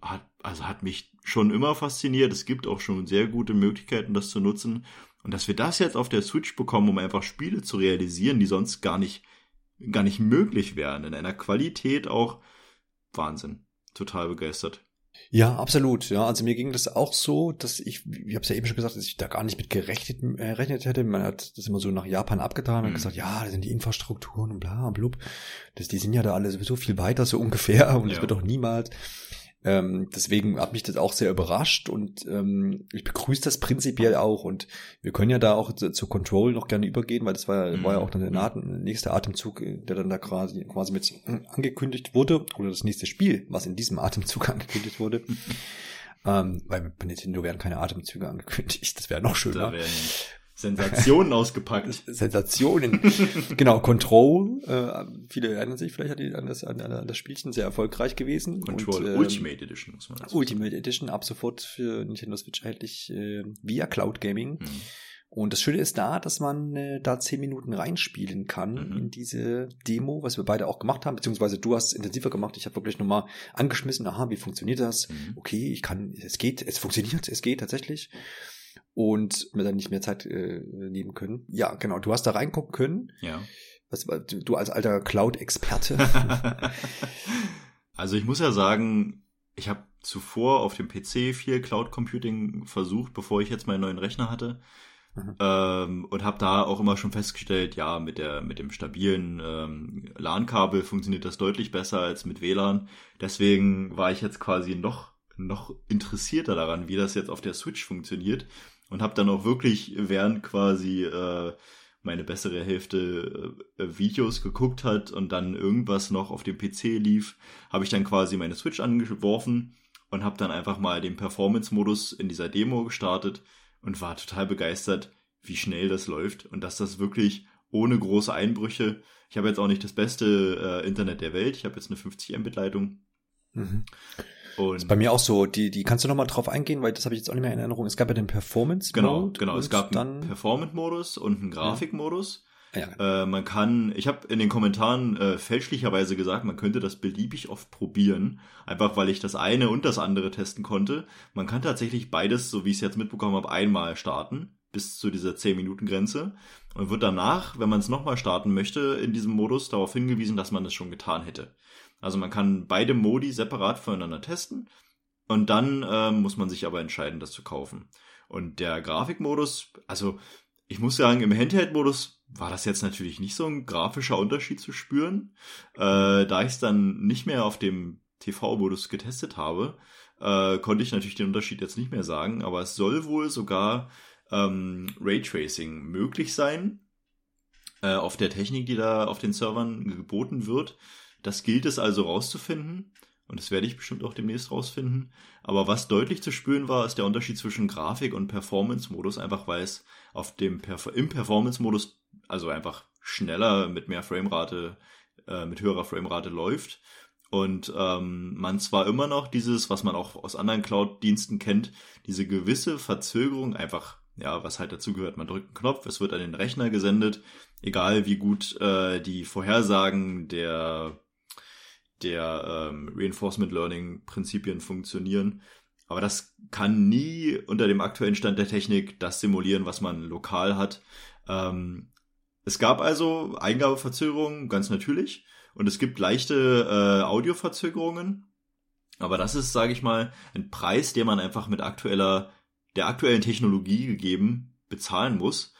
hat mich schon immer fasziniert. Es gibt auch schon sehr gute Möglichkeiten, das zu nutzen. Und dass wir das jetzt auf der Switch bekommen, um einfach Spiele zu realisieren, die sonst gar nicht möglich wären. In einer Qualität auch Wahnsinn. Total begeistert. Ja, absolut. Ja, also mir ging das auch so, dass ich habe es ja eben schon gesagt, dass ich da gar nicht mit gerechnet hätte. Man hat das immer so nach Japan abgetan und gesagt, ja, das sind die Infrastrukturen und bla blub. Die sind ja da alle sowieso viel weiter, so ungefähr. Und das wird doch niemals. Deswegen hat mich das auch sehr überrascht und ich begrüße das prinzipiell auch und wir können ja da auch zu Control noch gerne übergehen, weil das war ja auch dann der nächste Atemzug, der dann da quasi mit angekündigt wurde oder das nächste Spiel, was in diesem Atemzug angekündigt wurde. Weil bei Nintendo werden keine Atemzüge angekündigt, das wäre noch schöner. Sensationen ausgepackt. Sensationen. Genau, Control. Viele erinnern sich vielleicht an das Spielchen, sehr erfolgreich gewesen. Control und, Ultimate Edition, muss man dazu sagen. Ultimate Edition, ab sofort für Nintendo Switch erhältlich via Cloud Gaming. Und das Schöne ist dass man da 10 Minuten reinspielen kann in diese Demo, was wir beide auch gemacht haben, beziehungsweise du hast es intensiver gemacht. Ich habe wirklich nochmal angeschmissen, wie funktioniert das? Okay, es geht tatsächlich. Und mir dann nicht mehr Zeit nehmen können. Ja, genau, du hast da reingucken können. Ja. Du als alter Cloud-Experte. Also ich muss ja sagen, ich habe zuvor auf dem PC viel Cloud Computing versucht, bevor ich jetzt meinen neuen Rechner hatte. Und habe da auch immer schon festgestellt, ja, mit dem stabilen LAN-Kabel funktioniert das deutlich besser als mit WLAN. Deswegen war ich jetzt quasi noch interessierter daran, wie das jetzt auf der Switch funktioniert. Und habe dann auch wirklich, während quasi meine bessere Hälfte Videos geguckt hat und dann irgendwas noch auf dem PC lief, habe ich dann quasi meine Switch angeworfen und habe dann einfach mal den Performance-Modus in dieser Demo gestartet und war total begeistert, wie schnell das läuft und dass das wirklich ohne große Einbrüche, ich habe jetzt auch nicht das beste Internet der Welt, ich habe jetzt eine 50 Mbit-Leitung. Und das ist bei mir auch so, die kannst du noch mal drauf eingehen, weil das habe ich jetzt auch nicht mehr in Erinnerung. Es gab ja den Performance-Mode. Genau. Es gab einen Performance-Modus und einen Grafik-Modus. Ja. Ich habe in den Kommentaren fälschlicherweise gesagt, man könnte das beliebig oft probieren, einfach weil ich das eine und das andere testen konnte. Man kann tatsächlich beides, so wie ich es jetzt mitbekommen habe, einmal starten, bis zu dieser 10-Minuten-Grenze und wird danach, wenn man es nochmal starten möchte, in diesem Modus darauf hingewiesen, dass man das schon getan hätte. Also man kann beide Modi separat voneinander testen und dann muss man sich aber entscheiden, das zu kaufen. Und der Grafikmodus, also ich muss sagen, im Handheld-Modus war das jetzt natürlich nicht so ein grafischer Unterschied zu spüren. Da ich es dann nicht mehr auf dem TV-Modus getestet habe, konnte ich natürlich den Unterschied jetzt nicht mehr sagen, aber es soll wohl sogar Raytracing möglich sein auf der Technik, die da auf den Servern geboten wird. Das gilt es also rauszufinden und das werde ich bestimmt auch demnächst rausfinden. Aber was deutlich zu spüren war, ist der Unterschied zwischen Grafik und Performance-Modus, einfach weil es im Performance-Modus also einfach schneller mit mehr Framerate, mit höherer Framerate läuft und man zwar immer noch dieses, was man auch aus anderen Cloud-Diensten kennt, diese gewisse Verzögerung einfach, ja, was halt dazu gehört, man drückt einen Knopf, es wird an den Rechner gesendet, egal wie gut die Vorhersagen der Reinforcement Learning Prinzipien funktionieren. Aber das kann nie unter dem aktuellen Stand der Technik das simulieren, was man lokal hat. Es gab also Eingabeverzögerungen, ganz natürlich. Und es gibt leichte Audioverzögerungen. Aber das ist, sage ich mal, ein Preis, den man einfach mit der aktuellen Technologie gegeben bezahlen muss.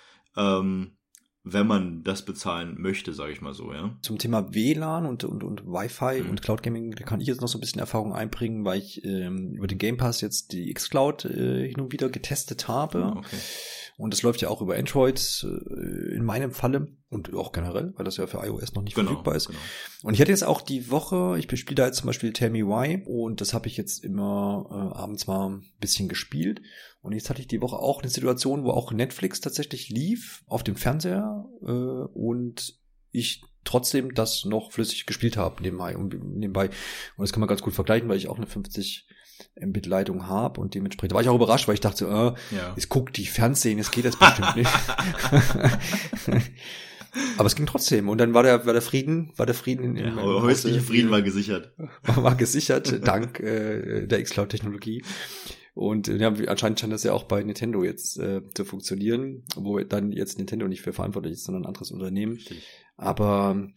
Wenn man das bezahlen möchte, sage ich mal so, ja. Zum Thema WLAN und Wi-Fi und Cloud Gaming, da kann ich jetzt noch so ein bisschen Erfahrung einbringen, weil ich über den Game Pass jetzt die xCloud hin und wieder getestet habe. Okay. Und das läuft ja auch über Android in meinem Falle und auch generell, weil das ja für iOS noch nicht verfügbar ist. Genau. Und ich hatte jetzt auch die Woche, ich spiele da jetzt zum Beispiel Tell Me Why und das habe ich jetzt immer abends mal ein bisschen gespielt. Und jetzt hatte ich die Woche auch eine Situation, wo auch Netflix tatsächlich lief auf dem Fernseher und ich trotzdem das noch flüssig gespielt habe nebenbei. Und das kann man ganz gut vergleichen, weil ich auch eine 50 Mbit Leitung habe und dementsprechend war ich auch überrascht, weil ich dachte, jetzt guckt die Fernsehen, jetzt geht das bestimmt nicht. Aber es ging trotzdem und dann war der Frieden in häusliche Frieden war gesichert. War gesichert, dank der xCloud-Technologie. Und ja, anscheinend scheint das ja auch bei Nintendo jetzt zu funktionieren, wo dann jetzt Nintendo nicht für verantwortlich ist, sondern ein anderes Unternehmen. Richtig. Aber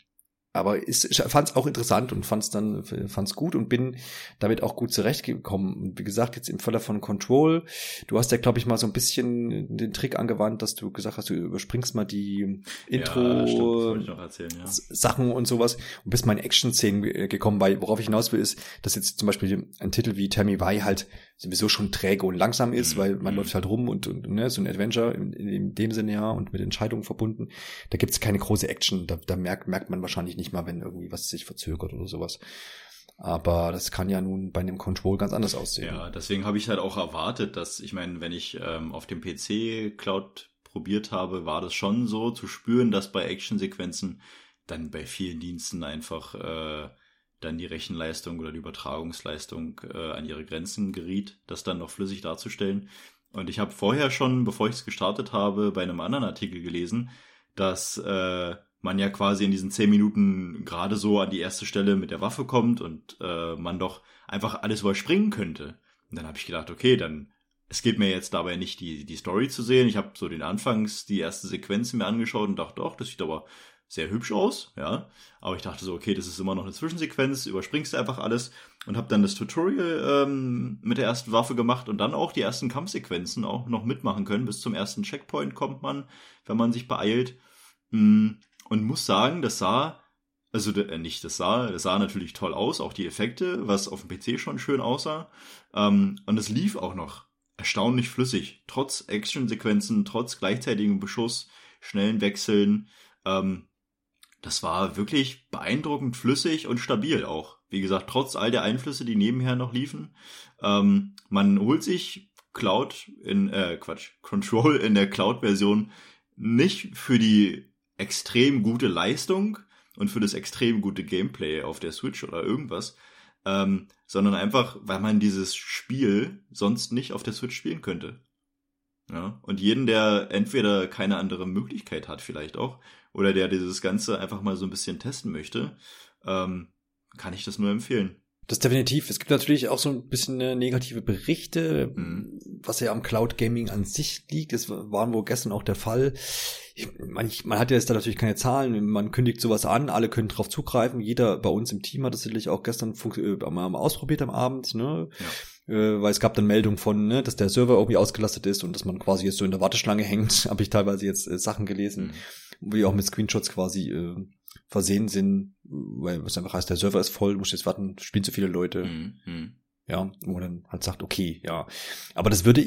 aber fand es auch interessant und fand's gut und bin damit auch gut zurechtgekommen. Und wie gesagt, jetzt im Falle von Control, du hast ja, glaube ich, mal so ein bisschen den Trick angewandt, dass du gesagt hast, du überspringst mal die Intro-Sachen und sowas und bist mal in Action-Szenen gekommen, weil worauf ich hinaus will, ist, dass jetzt zum Beispiel ein Titel wie Tell Me Why halt sowieso schon träge und langsam ist, weil man läuft halt rum und ne, so ein Adventure in dem Sinne ja und mit Entscheidungen verbunden. Da gibt's keine große Action, da merkt man wahrscheinlich nicht mal, wenn irgendwie was sich verzögert oder sowas. Aber das kann ja nun bei einem Control ganz anders aussehen. Ja, deswegen habe ich halt auch erwartet, dass, ich meine, wenn ich auf dem PC Cloud probiert habe, war das schon so zu spüren, dass bei Actionsequenzen dann bei vielen Diensten einfach dann die Rechenleistung oder die Übertragungsleistung an ihre Grenzen geriet, das dann noch flüssig darzustellen. Und ich habe vorher schon, bevor ich es gestartet habe, bei einem anderen Artikel gelesen, dass man ja quasi in diesen 10 Minuten gerade so an die erste Stelle mit der Waffe kommt und man doch einfach alles überspringen könnte. Und dann habe ich gedacht, okay, dann, es geht mir jetzt dabei nicht die Story zu sehen. Ich habe so die erste Sequenz mir angeschaut und dachte, doch, das sieht aber sehr hübsch aus, ja. Aber ich dachte so, okay, das ist immer noch eine Zwischensequenz, überspringst du einfach alles und habe dann das Tutorial mit der ersten Waffe gemacht und dann auch die ersten Kampfsequenzen auch noch mitmachen können. Bis zum ersten Checkpoint kommt man, wenn man sich beeilt. Und muss sagen, das sah natürlich toll aus, auch die Effekte, was auf dem PC schon schön aussah. Und es lief auch noch erstaunlich flüssig, trotz Action-Sequenzen, trotz gleichzeitigem Beschuss, schnellen Wechseln. Das war wirklich beeindruckend flüssig und stabil auch. Wie gesagt, trotz all der Einflüsse, die nebenher noch liefen. Man holt sich Control in der Cloud-Version nicht für die extrem gute Leistung und für das extrem gute Gameplay auf der Switch oder irgendwas, sondern einfach, weil man dieses Spiel sonst nicht auf der Switch spielen könnte. Ja? Und jeden, der entweder keine andere Möglichkeit hat vielleicht auch, oder der dieses Ganze einfach mal so ein bisschen testen möchte, kann ich das nur empfehlen. Das definitiv. Es gibt natürlich auch so ein bisschen negative Berichte, was ja am Cloud Gaming an sich liegt. Das war wohl gestern auch der Fall. Man hat ja jetzt da natürlich keine Zahlen. Man kündigt sowas an, alle können drauf zugreifen. Jeder bei uns im Team hat das natürlich auch gestern mal ausprobiert am Abend, ne? Ja. Weil es gab dann Meldungen von, ne, dass der Server irgendwie ausgelastet ist und dass man quasi jetzt so in der Warteschlange hängt. Habe ich teilweise jetzt Sachen gelesen, wie auch mit Screenshots quasi versehen sind, weil was einfach heißt, der Server ist voll, du musst jetzt warten, spielen zu viele Leute. Ja, wo man dann halt sagt, okay, ja. Aber das würde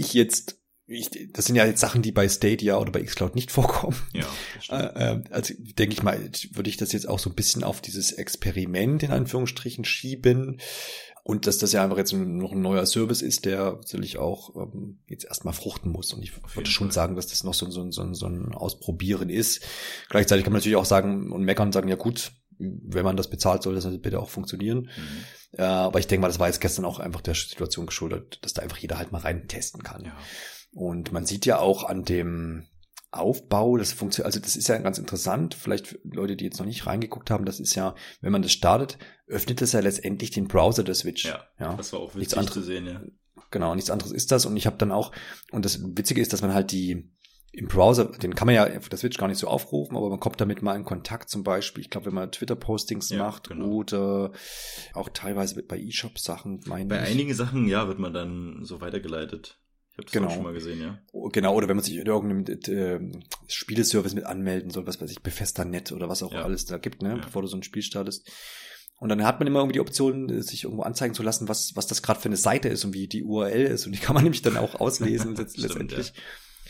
das sind ja jetzt Sachen, die bei Stadia oder bei xCloud nicht vorkommen. Ja, das stimmt. Also denke ich mal, würde ich das jetzt auch so ein bisschen auf dieses Experiment in Anführungsstrichen schieben. Und dass das ja einfach jetzt noch ein neuer Service ist, der natürlich auch jetzt erstmal fruchten muss. Und ich würde schon sagen, dass das noch so ein Ausprobieren ist. Gleichzeitig kann man natürlich auch sagen und meckern und sagen, ja gut, wenn man das bezahlt, soll das bitte auch funktionieren. Aber ich denke mal, das war jetzt gestern auch einfach der Situation geschuldet, dass da einfach jeder halt mal rein testen kann. Ja. Und man sieht ja auch an dem Aufbau, das funktioniert, also das ist ja ganz interessant, vielleicht für Leute, die jetzt noch nicht reingeguckt haben, das ist ja, wenn man das startet, öffnet das ja letztendlich den Browser der Switch. Ja, das war auch witzig zu sehen, ja. Genau, nichts anderes ist das und ich habe dann auch, und das Witzige ist, dass man halt im Browser, den kann man ja auf der Switch gar nicht so aufrufen, aber man kommt damit mal in Kontakt zum Beispiel, ich glaube, wenn man Twitter-Postings macht oder auch teilweise bei eShop-Sachen, bei einigen Sachen, ja, wird man dann so weitergeleitet. Ich habe das auch schon mal gesehen, ja. Genau, oder wenn man sich in irgendeinem Spieleservice mit anmelden soll, was weiß ich, Bethesda.net oder was auch alles da gibt, ne, bevor du so ein Spiel startest. Und dann hat man immer irgendwie die Option, sich irgendwo anzeigen zu lassen, was das gerade für eine Seite ist und wie die URL ist. Und die kann man nämlich dann auch auslesen letztendlich. Ja.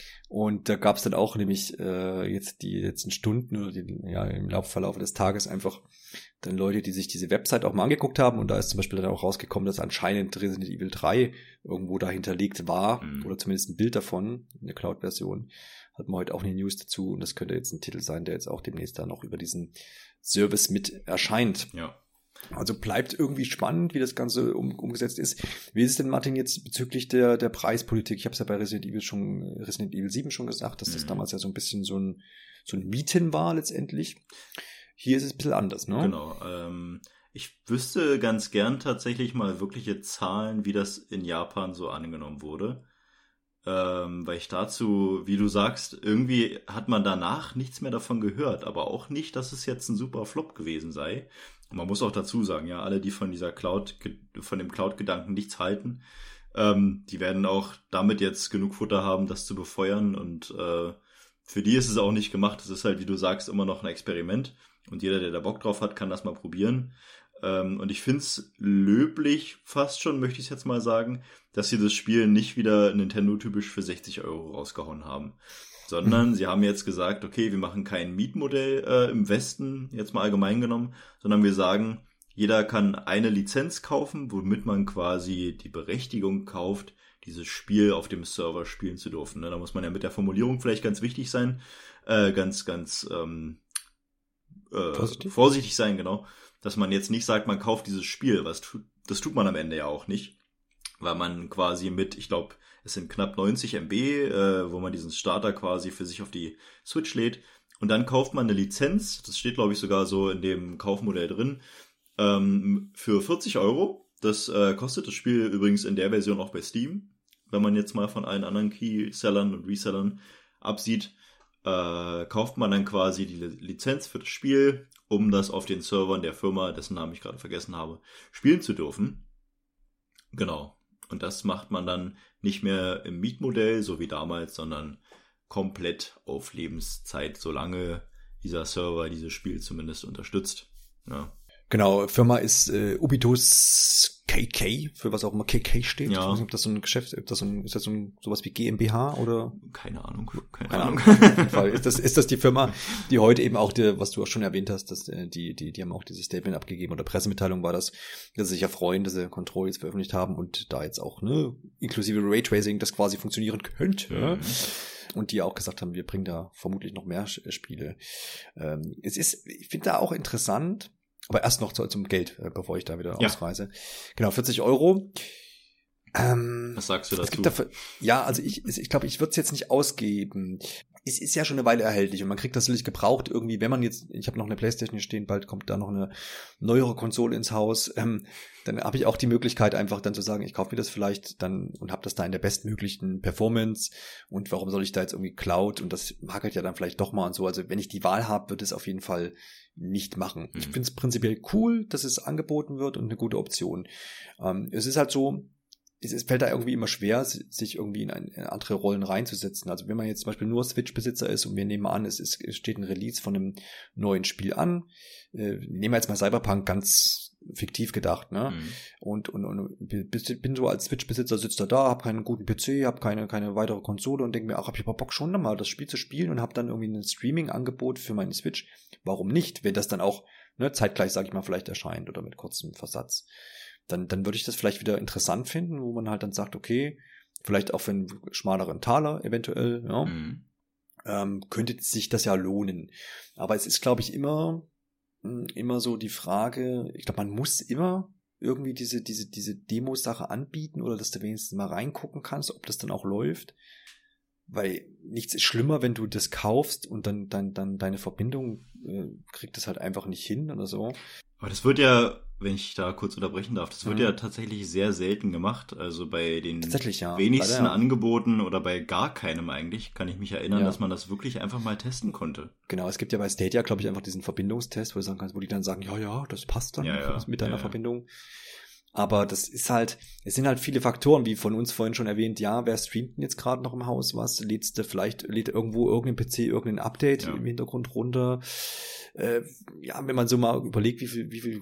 Und da gab es dann auch nämlich jetzt die letzten Stunden oder im Verlauf des Tages einfach dann Leute, die sich diese Website auch mal angeguckt haben. Und da ist zum Beispiel dann auch rausgekommen, dass anscheinend Resident Evil 3 irgendwo da hinterlegt war oder zumindest ein Bild davon in der Cloud-Version. Hat man heute auch eine News dazu. Und das könnte jetzt ein Titel sein, der jetzt auch demnächst dann noch über diesen Service mit erscheint. Ja. Also bleibt irgendwie spannend, wie das Ganze umgesetzt ist. Wie ist es denn, Martin, jetzt bezüglich der Preispolitik? Ich habe es ja bei Resident Evil 7 schon gesagt, dass das damals ja so ein bisschen so ein Mieten war letztendlich. Hier ist es ein bisschen anders, ne? Genau. Ich wüsste ganz gern tatsächlich mal wirkliche Zahlen, wie das in Japan so angenommen wurde. weil ich dazu, wie du sagst, irgendwie hat man danach nichts mehr davon gehört, aber auch nicht, dass es jetzt ein super Flop gewesen sei. Und man muss auch dazu sagen, ja, alle, die von dem Cloud-Gedanken nichts halten, die werden auch damit jetzt genug Futter haben, das zu befeuern, und für die ist es auch nicht gemacht. Es ist halt, wie du sagst, immer noch ein Experiment, und jeder, der da Bock drauf hat, kann das mal probieren. Und ich find's löblich, fast schon, möchte ich jetzt mal sagen, dass sie das Spiel nicht wieder Nintendo-typisch für 60 € rausgehauen haben. Sondern sie haben jetzt gesagt, okay, wir machen kein Mietmodell im Westen, jetzt mal allgemein genommen, sondern wir sagen, jeder kann eine Lizenz kaufen, womit man quasi die Berechtigung kauft, dieses Spiel auf dem Server spielen zu dürfen. Da muss man ja mit der Formulierung vielleicht ganz wichtig sein, ganz vorsichtig sein, genau. Dass man jetzt nicht sagt, man kauft dieses Spiel, das tut man am Ende ja auch nicht, weil man quasi mit, ich glaube, es sind knapp 90 MB, wo man diesen Starter quasi für sich auf die Switch lädt, und dann kauft man eine Lizenz, das steht, glaube ich, sogar so in dem Kaufmodell drin, für 40 €. Das kostet das Spiel übrigens in der Version auch bei Steam, wenn man jetzt mal von allen anderen Keysellern und Resellern absieht. Kauft man dann quasi die Lizenz für das Spiel, um das auf den Servern der Firma, dessen Namen ich gerade vergessen habe, spielen zu dürfen. Genau. Und das macht man dann nicht mehr im Mietmodell, so wie damals, sondern komplett auf Lebenszeit, solange dieser Server dieses Spiel zumindest unterstützt. Ja. Genau, Firma ist Ubitus KK, für was auch immer KK steht. Ja. Ich weiß nicht, ob das so ein Geschäft, ist das sowas wie GmbH oder? Keine Ahnung. Keine Ahnung. Auf jeden Fall. Ist das die Firma, die heute eben auch, was du auch schon erwähnt hast, dass die haben auch dieses Statement abgegeben, oder Pressemitteilung war das, dass sie sich ja freuen, dass sie Control jetzt veröffentlicht haben und da jetzt auch, inklusive Raytracing, das quasi funktionieren könnte. Und die auch gesagt haben, wir bringen da vermutlich noch mehr Spiele. Ich finde da auch interessant, aber erst noch zum Geld, bevor ich da wieder ausreise. Genau, 40 €. Was sagst du dazu? Also ich glaube, ich würde es jetzt nicht ausgeben. Es ist ja schon eine Weile erhältlich und man kriegt das natürlich gebraucht irgendwie, wenn man jetzt, ich habe noch eine Playstation hier stehen, bald kommt da noch eine neuere Konsole ins Haus, dann habe ich auch die Möglichkeit einfach dann zu sagen, ich kaufe mir das vielleicht dann und habe das da in der bestmöglichen Performance, und warum soll ich da jetzt irgendwie Cloud, und das hakelt ja dann vielleicht doch mal und so. Also wenn ich die Wahl habe, würde es auf jeden Fall nicht machen. Ich finde es prinzipiell cool, dass es angeboten wird und eine gute Option. Es ist halt so, es fällt da irgendwie immer schwer, sich irgendwie in andere Rollen reinzusetzen. Also wenn man jetzt zum Beispiel nur Switch-Besitzer ist und wir nehmen an, es steht ein Release von einem neuen Spiel an, nehmen wir jetzt mal Cyberpunk, ganz fiktiv gedacht, ne? Und bin so als Switch-Besitzer, sitze da, habe keinen guten PC, habe keine weitere Konsole und denke mir, hab ich aber Bock schon mal das Spiel zu spielen und habe dann irgendwie ein Streaming-Angebot für meine Switch. Warum nicht, wenn das dann auch zeitgleich, sage ich mal, vielleicht erscheint oder mit kurzem Versatz. Dann würde ich das vielleicht wieder interessant finden, wo man halt dann sagt, okay, vielleicht auch für einen schmaleren Taler eventuell, könnte sich das ja lohnen. Aber es ist, glaube ich, immer so die Frage, ich glaube, man muss immer irgendwie diese Demo-Sache anbieten, oder dass du wenigstens mal reingucken kannst, ob das dann auch läuft. Weil nichts ist schlimmer, wenn du das kaufst und dann deine Verbindung kriegt das halt einfach nicht hin oder so. Aber das wird ja, wenn ich da kurz unterbrechen darf, das wird ja tatsächlich sehr selten gemacht. Also bei den wenigsten Angeboten oder bei gar keinem eigentlich, kann ich mich erinnern, dass man das wirklich einfach mal testen konnte. Genau, es gibt ja bei Stadia, glaube ich, einfach diesen Verbindungstest, wo du sagen kannst, wo die dann sagen, ja, das passt dann mit deiner Verbindung. Aber es sind halt viele Faktoren, wie von uns vorhin schon erwähnt, wer streamt denn jetzt gerade noch im Haus was? Lädt irgendwo irgendein PC irgendein Update im Hintergrund runter? Wenn man so mal überlegt, wie viel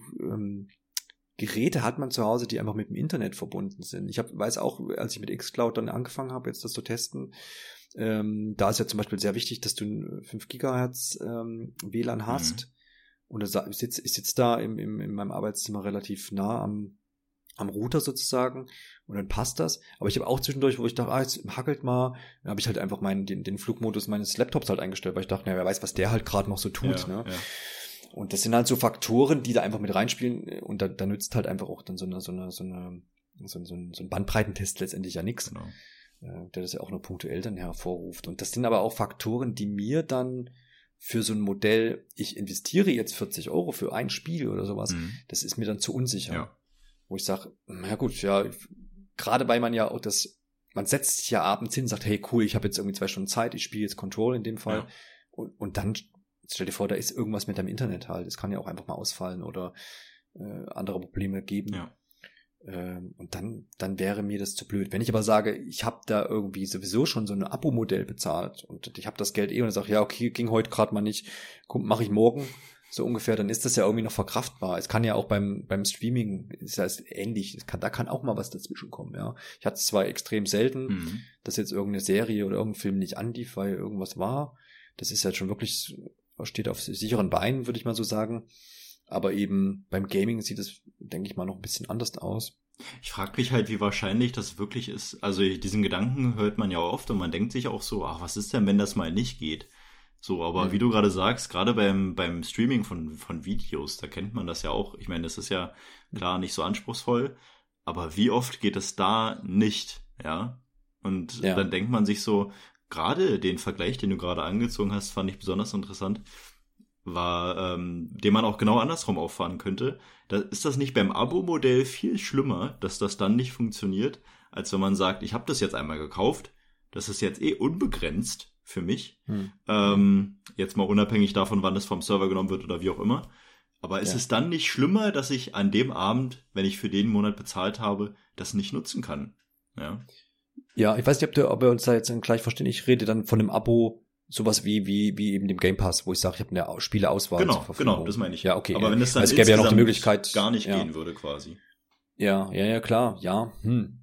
Geräte hat man zu Hause, die einfach mit dem Internet verbunden sind. Ich weiß auch, als ich mit xCloud dann angefangen habe, jetzt das zu testen, da ist ja zum Beispiel sehr wichtig, dass du ein 5 GHz WLAN hast. Und ich sitze da in meinem Arbeitszimmer relativ nah am Router sozusagen, und dann passt das. Aber ich habe auch zwischendurch, wo ich dachte, jetzt hackelt mal, dann habe ich halt einfach den Flugmodus meines Laptops halt eingestellt, weil ich dachte, wer weiß, was der halt gerade noch so tut. Ja. Und das sind halt so Faktoren, die da einfach mit reinspielen, und da nützt halt einfach auch dann so ein Bandbreitentest letztendlich ja nichts, der das ja auch nur punktuell dann hervorruft. Und das sind aber auch Faktoren, die mir dann für so ein Modell, ich investiere jetzt 40 € für ein Spiel oder sowas, das ist mir dann zu unsicher. Ja. Wo ich sage, gerade weil man ja auch das man setzt sich ja abends hin und sagt, hey cool, ich habe jetzt irgendwie 2 Stunden Zeit, ich spiele jetzt Control in dem Fall. Ja. Und dann stell dir vor, da ist irgendwas mit deinem Internet halt. Es kann ja auch einfach mal ausfallen oder andere Probleme geben. Ja. Und dann wäre mir das zu blöd. Wenn ich aber sage, ich habe da irgendwie sowieso schon so ein Abo-Modell bezahlt und ich habe das Geld und sage, ja, okay, ging heute gerade mal nicht, mache ich morgen, so ungefähr, dann ist das ja irgendwie noch verkraftbar. Es kann ja auch beim Streaming, ist das ähnlich, da kann auch mal was dazwischen kommen, ja. Ich hatte es zwar extrem selten, dass jetzt irgendeine Serie oder irgendein Film nicht anlief, weil irgendwas war. Das ist ja schon wirklich, steht auf sicheren Beinen, würde ich mal so sagen. Aber eben beim Gaming sieht es, denke ich mal, noch ein bisschen anders aus. Ich frage mich halt, wie wahrscheinlich das wirklich ist. Also diesen Gedanken hört man ja oft und man denkt sich auch so, ach, was ist denn, wenn das mal nicht geht? So, aber wie du gerade sagst, gerade beim Streaming von Videos, da kennt man das ja auch. Ich meine, das ist ja klar nicht so anspruchsvoll, aber wie oft geht es da nicht, ja? Und dann denkt man sich so, gerade den Vergleich, den du gerade angezogen hast, fand ich besonders interessant, war, den man auch genau andersrum auffahren könnte. Da ist das nicht beim Abo-Modell viel schlimmer, dass das dann nicht funktioniert, als wenn man sagt, ich habe das jetzt einmal gekauft, das ist jetzt unbegrenzt für mich. Jetzt mal unabhängig davon, wann es vom Server genommen wird oder wie auch immer. Aber ist es dann nicht schlimmer, dass ich an dem Abend, wenn ich für den Monat bezahlt habe, das nicht nutzen kann? Ja, ja, ich weiß nicht, ob wir uns da jetzt gleich verstehen. Ich rede dann von einem Abo, sowas wie eben dem Game Pass, wo ich sage, ich habe eine Spieleauswahl zur Verfügung. Genau, das meine ich. Ja, okay. Aber wenn das dann es gäbe ja noch die Möglichkeit, gar nicht gehen würde, quasi. Ja, klar, ja.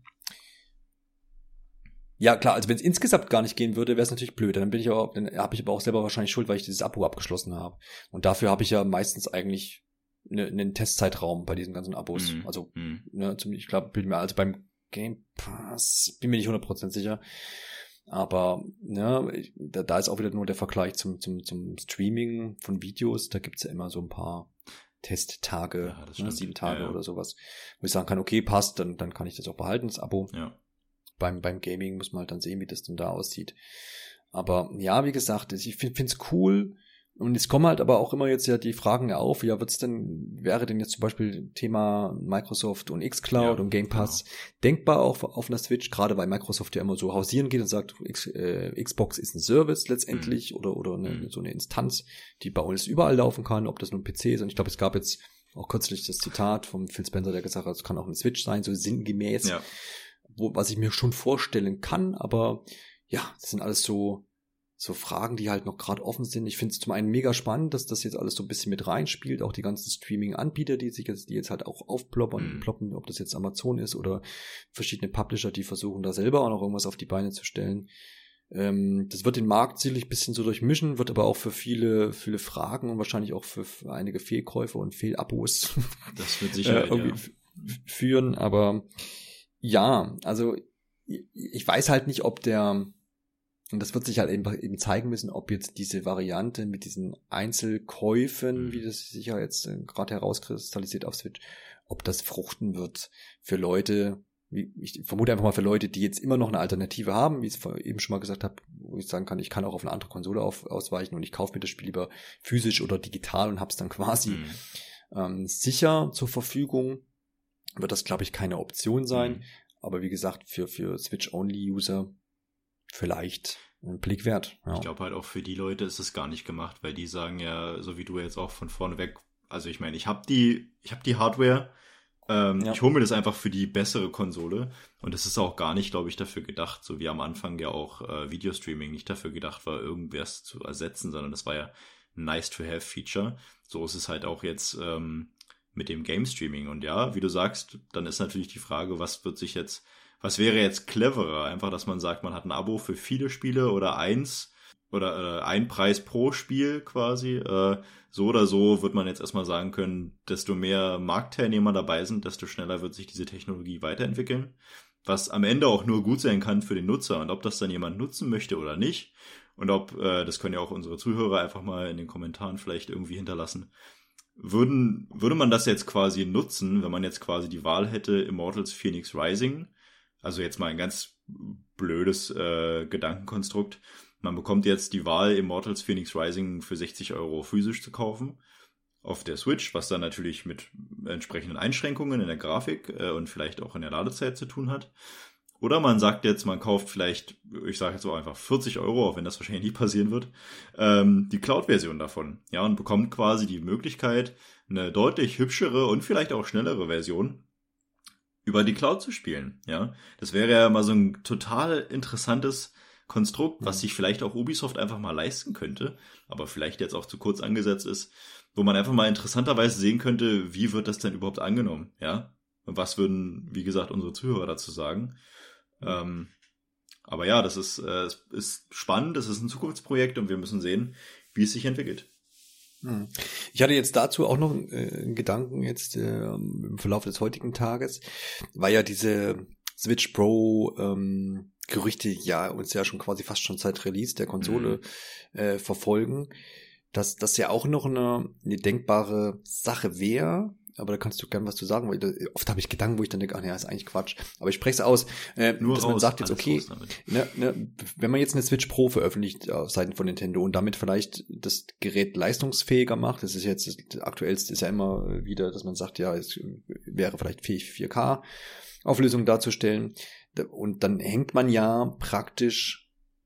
Ja, klar, also wenn es insgesamt gar nicht gehen würde, wäre es natürlich blöd. Dann habe ich aber auch selber wahrscheinlich Schuld, weil ich dieses Abo abgeschlossen habe. Und dafür habe ich ja meistens eigentlich einen Testzeitraum bei diesen ganzen Abos. Also, ich glaube, also beim Game Pass bin mir nicht 100% sicher. Aber da ist auch wieder nur der Vergleich zum Streaming von Videos. Da gibt's ja immer so ein paar Testtage, 7 Tage oder sowas, wo ich sagen kann, okay, passt, dann kann ich das auch behalten, das Abo. Ja. Beim Gaming muss man halt dann sehen, wie das denn da aussieht. Aber ja, wie gesagt, ich find's cool. Und es kommen halt aber auch immer jetzt ja die Fragen auf, ja, wäre denn jetzt zum Beispiel Thema Microsoft und xCloud und Game Pass denkbar auch auf einer Switch, gerade weil Microsoft ja immer so hausieren geht und sagt, Xbox ist ein Service letztendlich oder so eine Instanz, die bei uns überall laufen kann, ob das nun ein PC ist. Und ich glaube, es gab jetzt auch kürzlich das Zitat vom Phil Spencer, der gesagt hat, es kann auch eine Switch sein, so sinngemäß, was ich mir schon vorstellen kann, aber ja, das sind alles so Fragen, die halt noch gerade offen sind. Ich finde es zum einen mega spannend, dass das jetzt alles so ein bisschen mit reinspielt, auch die ganzen Streaming-Anbieter, die jetzt halt auch aufploppen, ob das jetzt Amazon ist oder verschiedene Publisher, die versuchen da selber auch noch irgendwas auf die Beine zu stellen. Das wird den Markt sicherlich ein bisschen so durchmischen, wird aber auch für viele Fragen und wahrscheinlich auch für einige Fehlkäufe und Fehlabos das wird sicher führen, aber ja, also ich weiß halt nicht, und das wird sich halt eben zeigen müssen, ob jetzt diese Variante mit diesen Einzelkäufen, wie das sich ja jetzt gerade herauskristallisiert auf Switch, ob das fruchten wird für Leute, ich vermute einfach mal für Leute, die jetzt immer noch eine Alternative haben, wie ich es eben schon mal gesagt habe, wo ich sagen kann, ich kann auch auf eine andere Konsole ausweichen und ich kaufe mir das Spiel lieber physisch oder digital und hab's dann quasi sicher zur Verfügung. Wird das, glaube ich, keine Option sein. Aber wie gesagt, für Switch-Only-User vielleicht ein Blick wert. Ja. Ich glaube halt auch für die Leute ist es gar nicht gemacht, weil die sagen ja, so wie du jetzt auch von vorne weg, also ich meine, ich habe die Hardware, ich hole mir das einfach für die bessere Konsole und es ist auch gar nicht, glaube ich, dafür gedacht, so wie am Anfang ja auch Videostreaming nicht dafür gedacht war, irgendwas zu ersetzen, sondern das war ja ein Nice-to-have-Feature. So ist es halt auch jetzt mit dem Game-Streaming und ja, wie du sagst, dann ist natürlich die Frage, was wäre jetzt cleverer? Einfach, dass man sagt, man hat ein Abo für viele Spiele oder eins oder ein Preis pro Spiel quasi. So oder so wird man jetzt erstmal sagen können, desto mehr Marktteilnehmer dabei sind, desto schneller wird sich diese Technologie weiterentwickeln. Was am Ende auch nur gut sein kann für den Nutzer. Und ob das dann jemand nutzen möchte oder nicht. Und das können ja auch unsere Zuhörer einfach mal in den Kommentaren vielleicht irgendwie hinterlassen. Würde man das jetzt quasi nutzen, wenn man jetzt quasi die Wahl hätte, Immortals Phoenix Rising, also jetzt mal ein ganz blödes Gedankenkonstrukt. Man bekommt jetzt die Wahl, Immortals Phoenix Rising für 60 € physisch zu kaufen auf der Switch, was dann natürlich mit entsprechenden Einschränkungen in der Grafik und vielleicht auch in der Ladezeit zu tun hat. Oder man sagt jetzt, man kauft vielleicht, ich sage jetzt so einfach 40 €, auch wenn das wahrscheinlich nie passieren wird, die Cloud-Version davon. Ja, und bekommt quasi die Möglichkeit, eine deutlich hübschere und vielleicht auch schnellere Version über die Cloud zu spielen. Ja, das wäre ja mal so ein total interessantes Konstrukt, was sich vielleicht auch Ubisoft einfach mal leisten könnte, aber vielleicht jetzt auch zu kurz angesetzt ist, wo man einfach mal interessanterweise sehen könnte, wie wird das denn überhaupt angenommen, ja? Und was würden, wie gesagt, unsere Zuhörer dazu sagen? Aber ja, das ist spannend, das ist ein Zukunftsprojekt und wir müssen sehen, wie es sich entwickelt. Ich hatte jetzt dazu auch noch einen Gedanken jetzt im Verlauf des heutigen Tages, weil ja diese Switch Pro Gerüchte uns ja schon quasi fast schon seit Release der Konsole verfolgen, dass das ja auch noch eine denkbare Sache wäre. Aber da kannst du gern was zu sagen, weil oft habe ich Gedanken, wo ich dann denke, ist eigentlich Quatsch. Aber ich spreche es aus, Nur dass raus, man sagt jetzt, okay, wenn man jetzt eine Switch Pro veröffentlicht auf Seiten von Nintendo und damit vielleicht das Gerät leistungsfähiger macht, das ist jetzt das Aktuellste, ist ja immer wieder, dass man sagt, ja, es wäre vielleicht fähig, 4K-Auflösung darzustellen. Und dann hängt man ja praktisch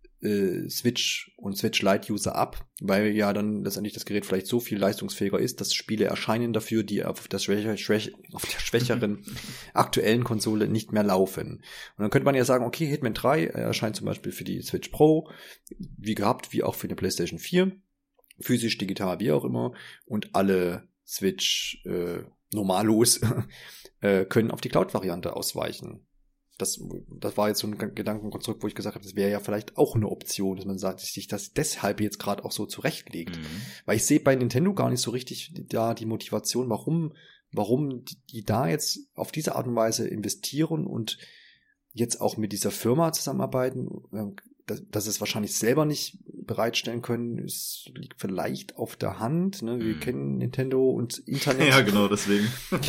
Switch und Switch Lite-User ab, weil ja dann letztendlich das Gerät vielleicht so viel leistungsfähiger ist, dass Spiele erscheinen dafür, die auf der schwächeren aktuellen Konsole nicht mehr laufen. Und dann könnte man ja sagen, okay, Hitman 3 erscheint zum Beispiel für die Switch Pro, wie gehabt, wie auch für eine PlayStation 4, physisch, digital, wie auch immer, und alle Switch Normalos können auf die Cloud-Variante ausweichen. Das war jetzt so ein Gedankenkonstrukt, wo ich gesagt habe, das wäre ja vielleicht auch eine Option, dass man sagt, sich das deshalb jetzt gerade auch so zurechtlegt. Weil ich sehe bei Nintendo gar nicht so richtig da die Motivation, warum die da jetzt auf diese Art und Weise investieren und jetzt auch mit dieser Firma zusammenarbeiten. Dass es wahrscheinlich selber nicht bereitstellen können, es liegt vielleicht auf der Hand. Ne? Wir kennen Nintendo und Internet. Ja, genau, deswegen.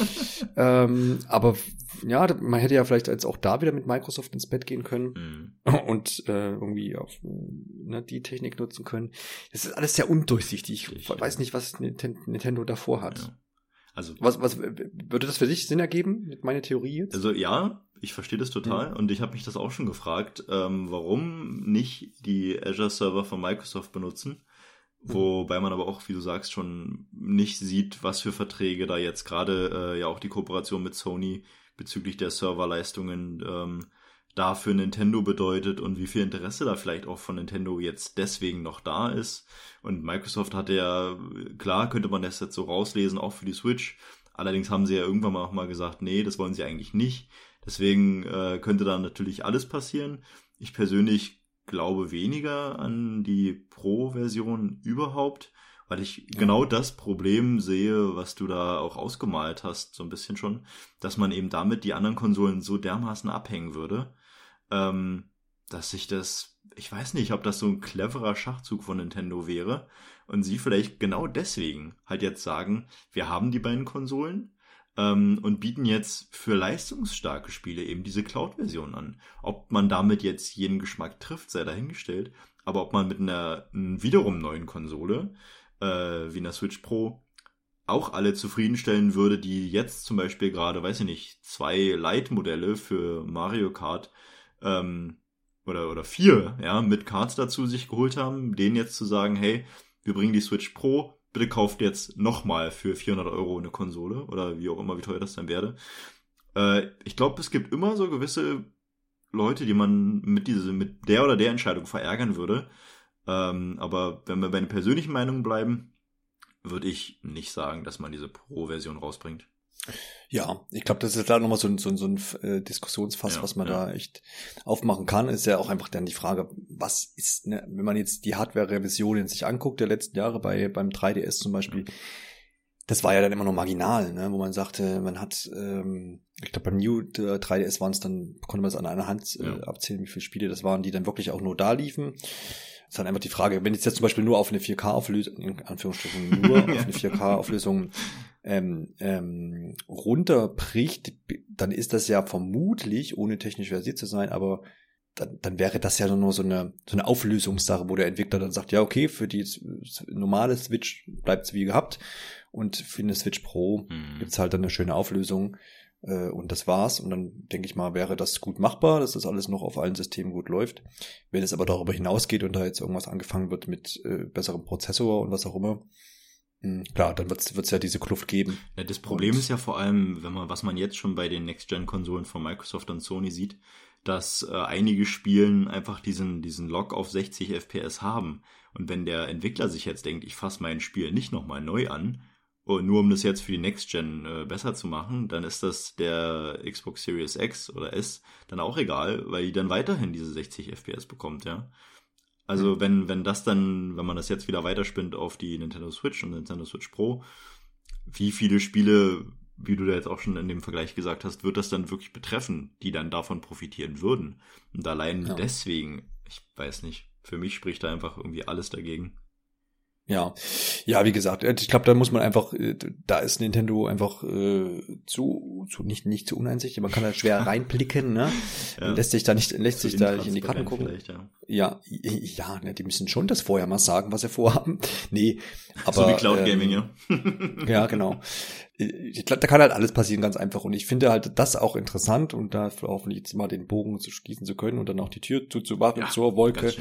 Aber ja, man hätte ja vielleicht jetzt auch da wieder mit Microsoft ins Bett gehen können und irgendwie auf die Technik nutzen können. Das ist alles sehr undurchsichtig. Ich weiß nicht, was Nintendo davor hat. Ja. Also was würde das für dich Sinn ergeben, mit meiner Theorie jetzt? Also ja, ich verstehe das total und ich habe mich das auch schon gefragt, warum nicht die Azure-Server von Microsoft benutzen, wobei man aber auch, wie du sagst, schon nicht sieht, was für Verträge da jetzt gerade ja auch die Kooperation mit Sony bezüglich der Serverleistungen da für Nintendo bedeutet und wie viel Interesse da vielleicht auch von Nintendo jetzt deswegen noch da ist. Und Microsoft hatte ja, klar könnte man das jetzt so rauslesen, auch für die Switch. Allerdings haben sie ja irgendwann auch mal gesagt, nee, das wollen sie eigentlich nicht. Deswegen könnte da natürlich alles passieren. Ich persönlich glaube weniger an die Pro-Version überhaupt, weil ich genau das Problem sehe, was du da auch ausgemalt hast, so ein bisschen schon, dass man eben damit die anderen Konsolen so dermaßen abhängen würde, dass ich weiß nicht, ob das so ein cleverer Schachzug von Nintendo wäre und sie vielleicht genau deswegen halt jetzt sagen, wir haben die beiden Konsolen und bieten jetzt für leistungsstarke Spiele eben diese Cloud-Version an. Ob man damit jetzt jeden Geschmack trifft, sei dahingestellt, aber ob man mit einer wiederum neuen Konsole wie einer Switch Pro auch alle zufriedenstellen würde, die jetzt zum Beispiel gerade, weiß ich nicht, 2 Lite-Modelle für Mario Kart oder 4, ja, mit Cards dazu sich geholt haben, denen jetzt zu sagen, hey, wir bringen die Switch Pro, bitte kauft jetzt nochmal für 400 € eine Konsole oder wie auch immer, wie teuer das dann werde. Ich glaube, es gibt immer so gewisse Leute, die man mit der oder der Entscheidung verärgern würde. Aber wenn wir bei den persönlichen Meinungen bleiben, würde ich nicht sagen, dass man diese Pro-Version rausbringt. Ja, ich glaube, das ist da nochmal so ein Diskussionsfass, was man da echt aufmachen kann. Ist ja auch einfach dann die Frage, was ist, ne, wenn man jetzt die Hardware-Revisionen sich anguckt, der letzten Jahre beim 3DS zum Beispiel, das war ja dann immer noch marginal, ne, wo man sagte, man hat, ich glaube beim New 3DS waren es dann, konnte man es an einer Hand abzählen, wie viele Spiele das waren, die dann wirklich auch nur da liefen. Das ist halt einfach die Frage, wenn es jetzt zum Beispiel nur auf eine 4K-Auflösung, in Anführungsstrichen nur auf eine 4K-Auflösung runterbricht, dann ist das ja vermutlich, ohne technisch versiert zu sein, aber dann wäre das ja nur so eine Auflösungssache, wo der Entwickler dann sagt, ja okay, für die normale Switch bleibt es wie gehabt und für eine Switch Pro gibt's halt dann eine schöne Auflösung. Und das war's. Und dann denke ich mal, wäre das gut machbar, dass das alles noch auf allen Systemen gut läuft. Wenn es aber darüber hinausgeht und da jetzt irgendwas angefangen wird mit besserem Prozessor und was auch immer, klar, dann wird's ja diese Kluft geben. Ja, das Problem ist ja vor allem, was man jetzt schon bei den Next-Gen-Konsolen von Microsoft und Sony sieht, dass einige Spielen einfach diesen Lock auf 60 FPS haben. Und wenn der Entwickler sich jetzt denkt, ich fasse mein Spiel nicht nochmal neu an, nur um das jetzt für die Next-Gen besser zu machen, dann ist das der Xbox Series X oder S dann auch egal, weil die dann weiterhin diese 60 FPS bekommt, ja. Also wenn man das jetzt wieder weiterspinnt auf die Nintendo Switch und Nintendo Switch Pro, wie viele Spiele, wie du da jetzt auch schon in dem Vergleich gesagt hast, wird das dann wirklich betreffen, die dann davon profitieren würden? Und allein deswegen, ich weiß nicht, für mich spricht da einfach irgendwie alles dagegen. Ja, wie gesagt, ich glaube, da muss man einfach, da ist Nintendo einfach nicht zu uneinsichtig, man kann da schwer reinblicken, ne? Ja. Lässt sich da nicht in die Karten gucken. Ja, ne, die müssen schon das vorher mal sagen, was sie vorhaben. Nee, aber so wie Cloud Gaming, ja. Ja, genau. Ich glaube, da kann halt alles passieren, ganz einfach. Und ich finde halt das auch interessant und da hoffentlich jetzt mal den Bogen zu schließen zu können und dann auch die Tür zuzumachen zur Wolke.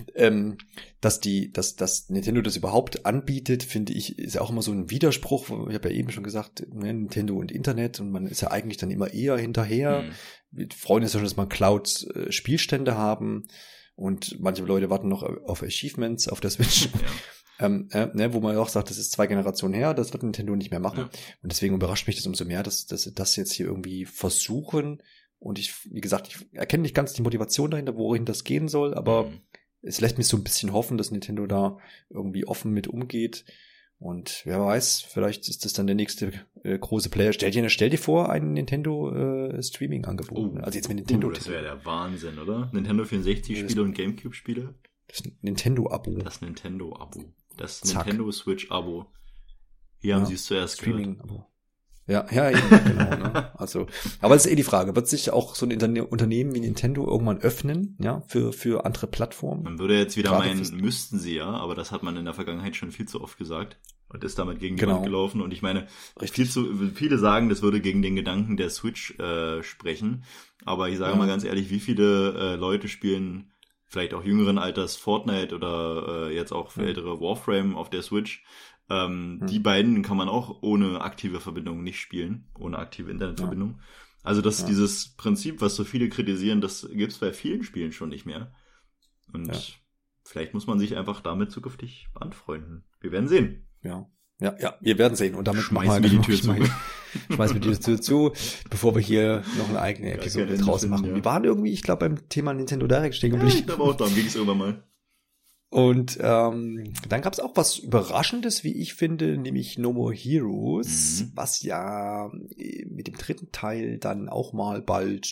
Dass Nintendo das überhaupt anbietet, finde ich, ist ja auch immer so ein Widerspruch. Ich habe ja eben schon gesagt, Nintendo und Internet und man ist ja eigentlich dann immer eher hinterher. Wir freuen uns ja schon, dass man Cloud-Spielstände haben und manche Leute warten noch auf Achievements auf der Switch. Ja. Wo man auch sagt, das ist 2 Generationen her, das wird Nintendo nicht mehr machen. Ja. Und deswegen überrascht mich das umso mehr, dass sie das jetzt hier irgendwie versuchen. Und wie gesagt, ich erkenne nicht ganz die Motivation dahinter, wohin das gehen soll, aber es lässt mich so ein bisschen hoffen, dass Nintendo da irgendwie offen mit umgeht. Und wer weiß, vielleicht ist das dann der nächste große Player. Stell dir vor, ein Nintendo Streaming-Angebot. Also jetzt mit Nintendo. Das wäre der Wahnsinn, oder? Nintendo 64-Spiele und Gamecube-Spiele. Das Nintendo-Abo. Das Nintendo Switch-Abo. Hier haben sie es zuerst Streaming-Abo. Ja, eben, genau. Ne? Also, aber das ist die Frage. Wird sich auch so ein Unternehmen wie Nintendo irgendwann öffnen, ja, für andere Plattformen? Man würde jetzt wieder meinen, müssten sie ja, aber das hat man in der Vergangenheit schon viel zu oft gesagt und ist damit gegen die Wand gelaufen. Und ich meine, viele sagen, das würde gegen den Gedanken der Switch sprechen. Aber ich sage mal ganz ehrlich, wie viele Leute spielen vielleicht auch jüngeren Alters Fortnite oder jetzt auch für ältere Warframe auf der Switch. Die beiden kann man auch ohne aktive Verbindung nicht spielen, ohne aktive Internetverbindung. Also dieses Prinzip, was so viele kritisieren, das gibt's bei vielen Spielen schon nicht mehr. Und vielleicht muss man sich einfach damit zukünftig anfreunden. Wir werden sehen. Ja, wir werden sehen. Und damit schmeißen wir die Tür zu. Schmeißen wir die Tür zu, bevor wir hier noch eine eigene Episode draus machen. Wir waren irgendwie, ich glaube, beim Thema Nintendo Direct stehen geblieben. Ich glaube auch, darum ging es irgendwann mal. Und dann gab es auch was Überraschendes, wie ich finde, nämlich No More Heroes, was ja mit dem 3. Teil dann auch mal bald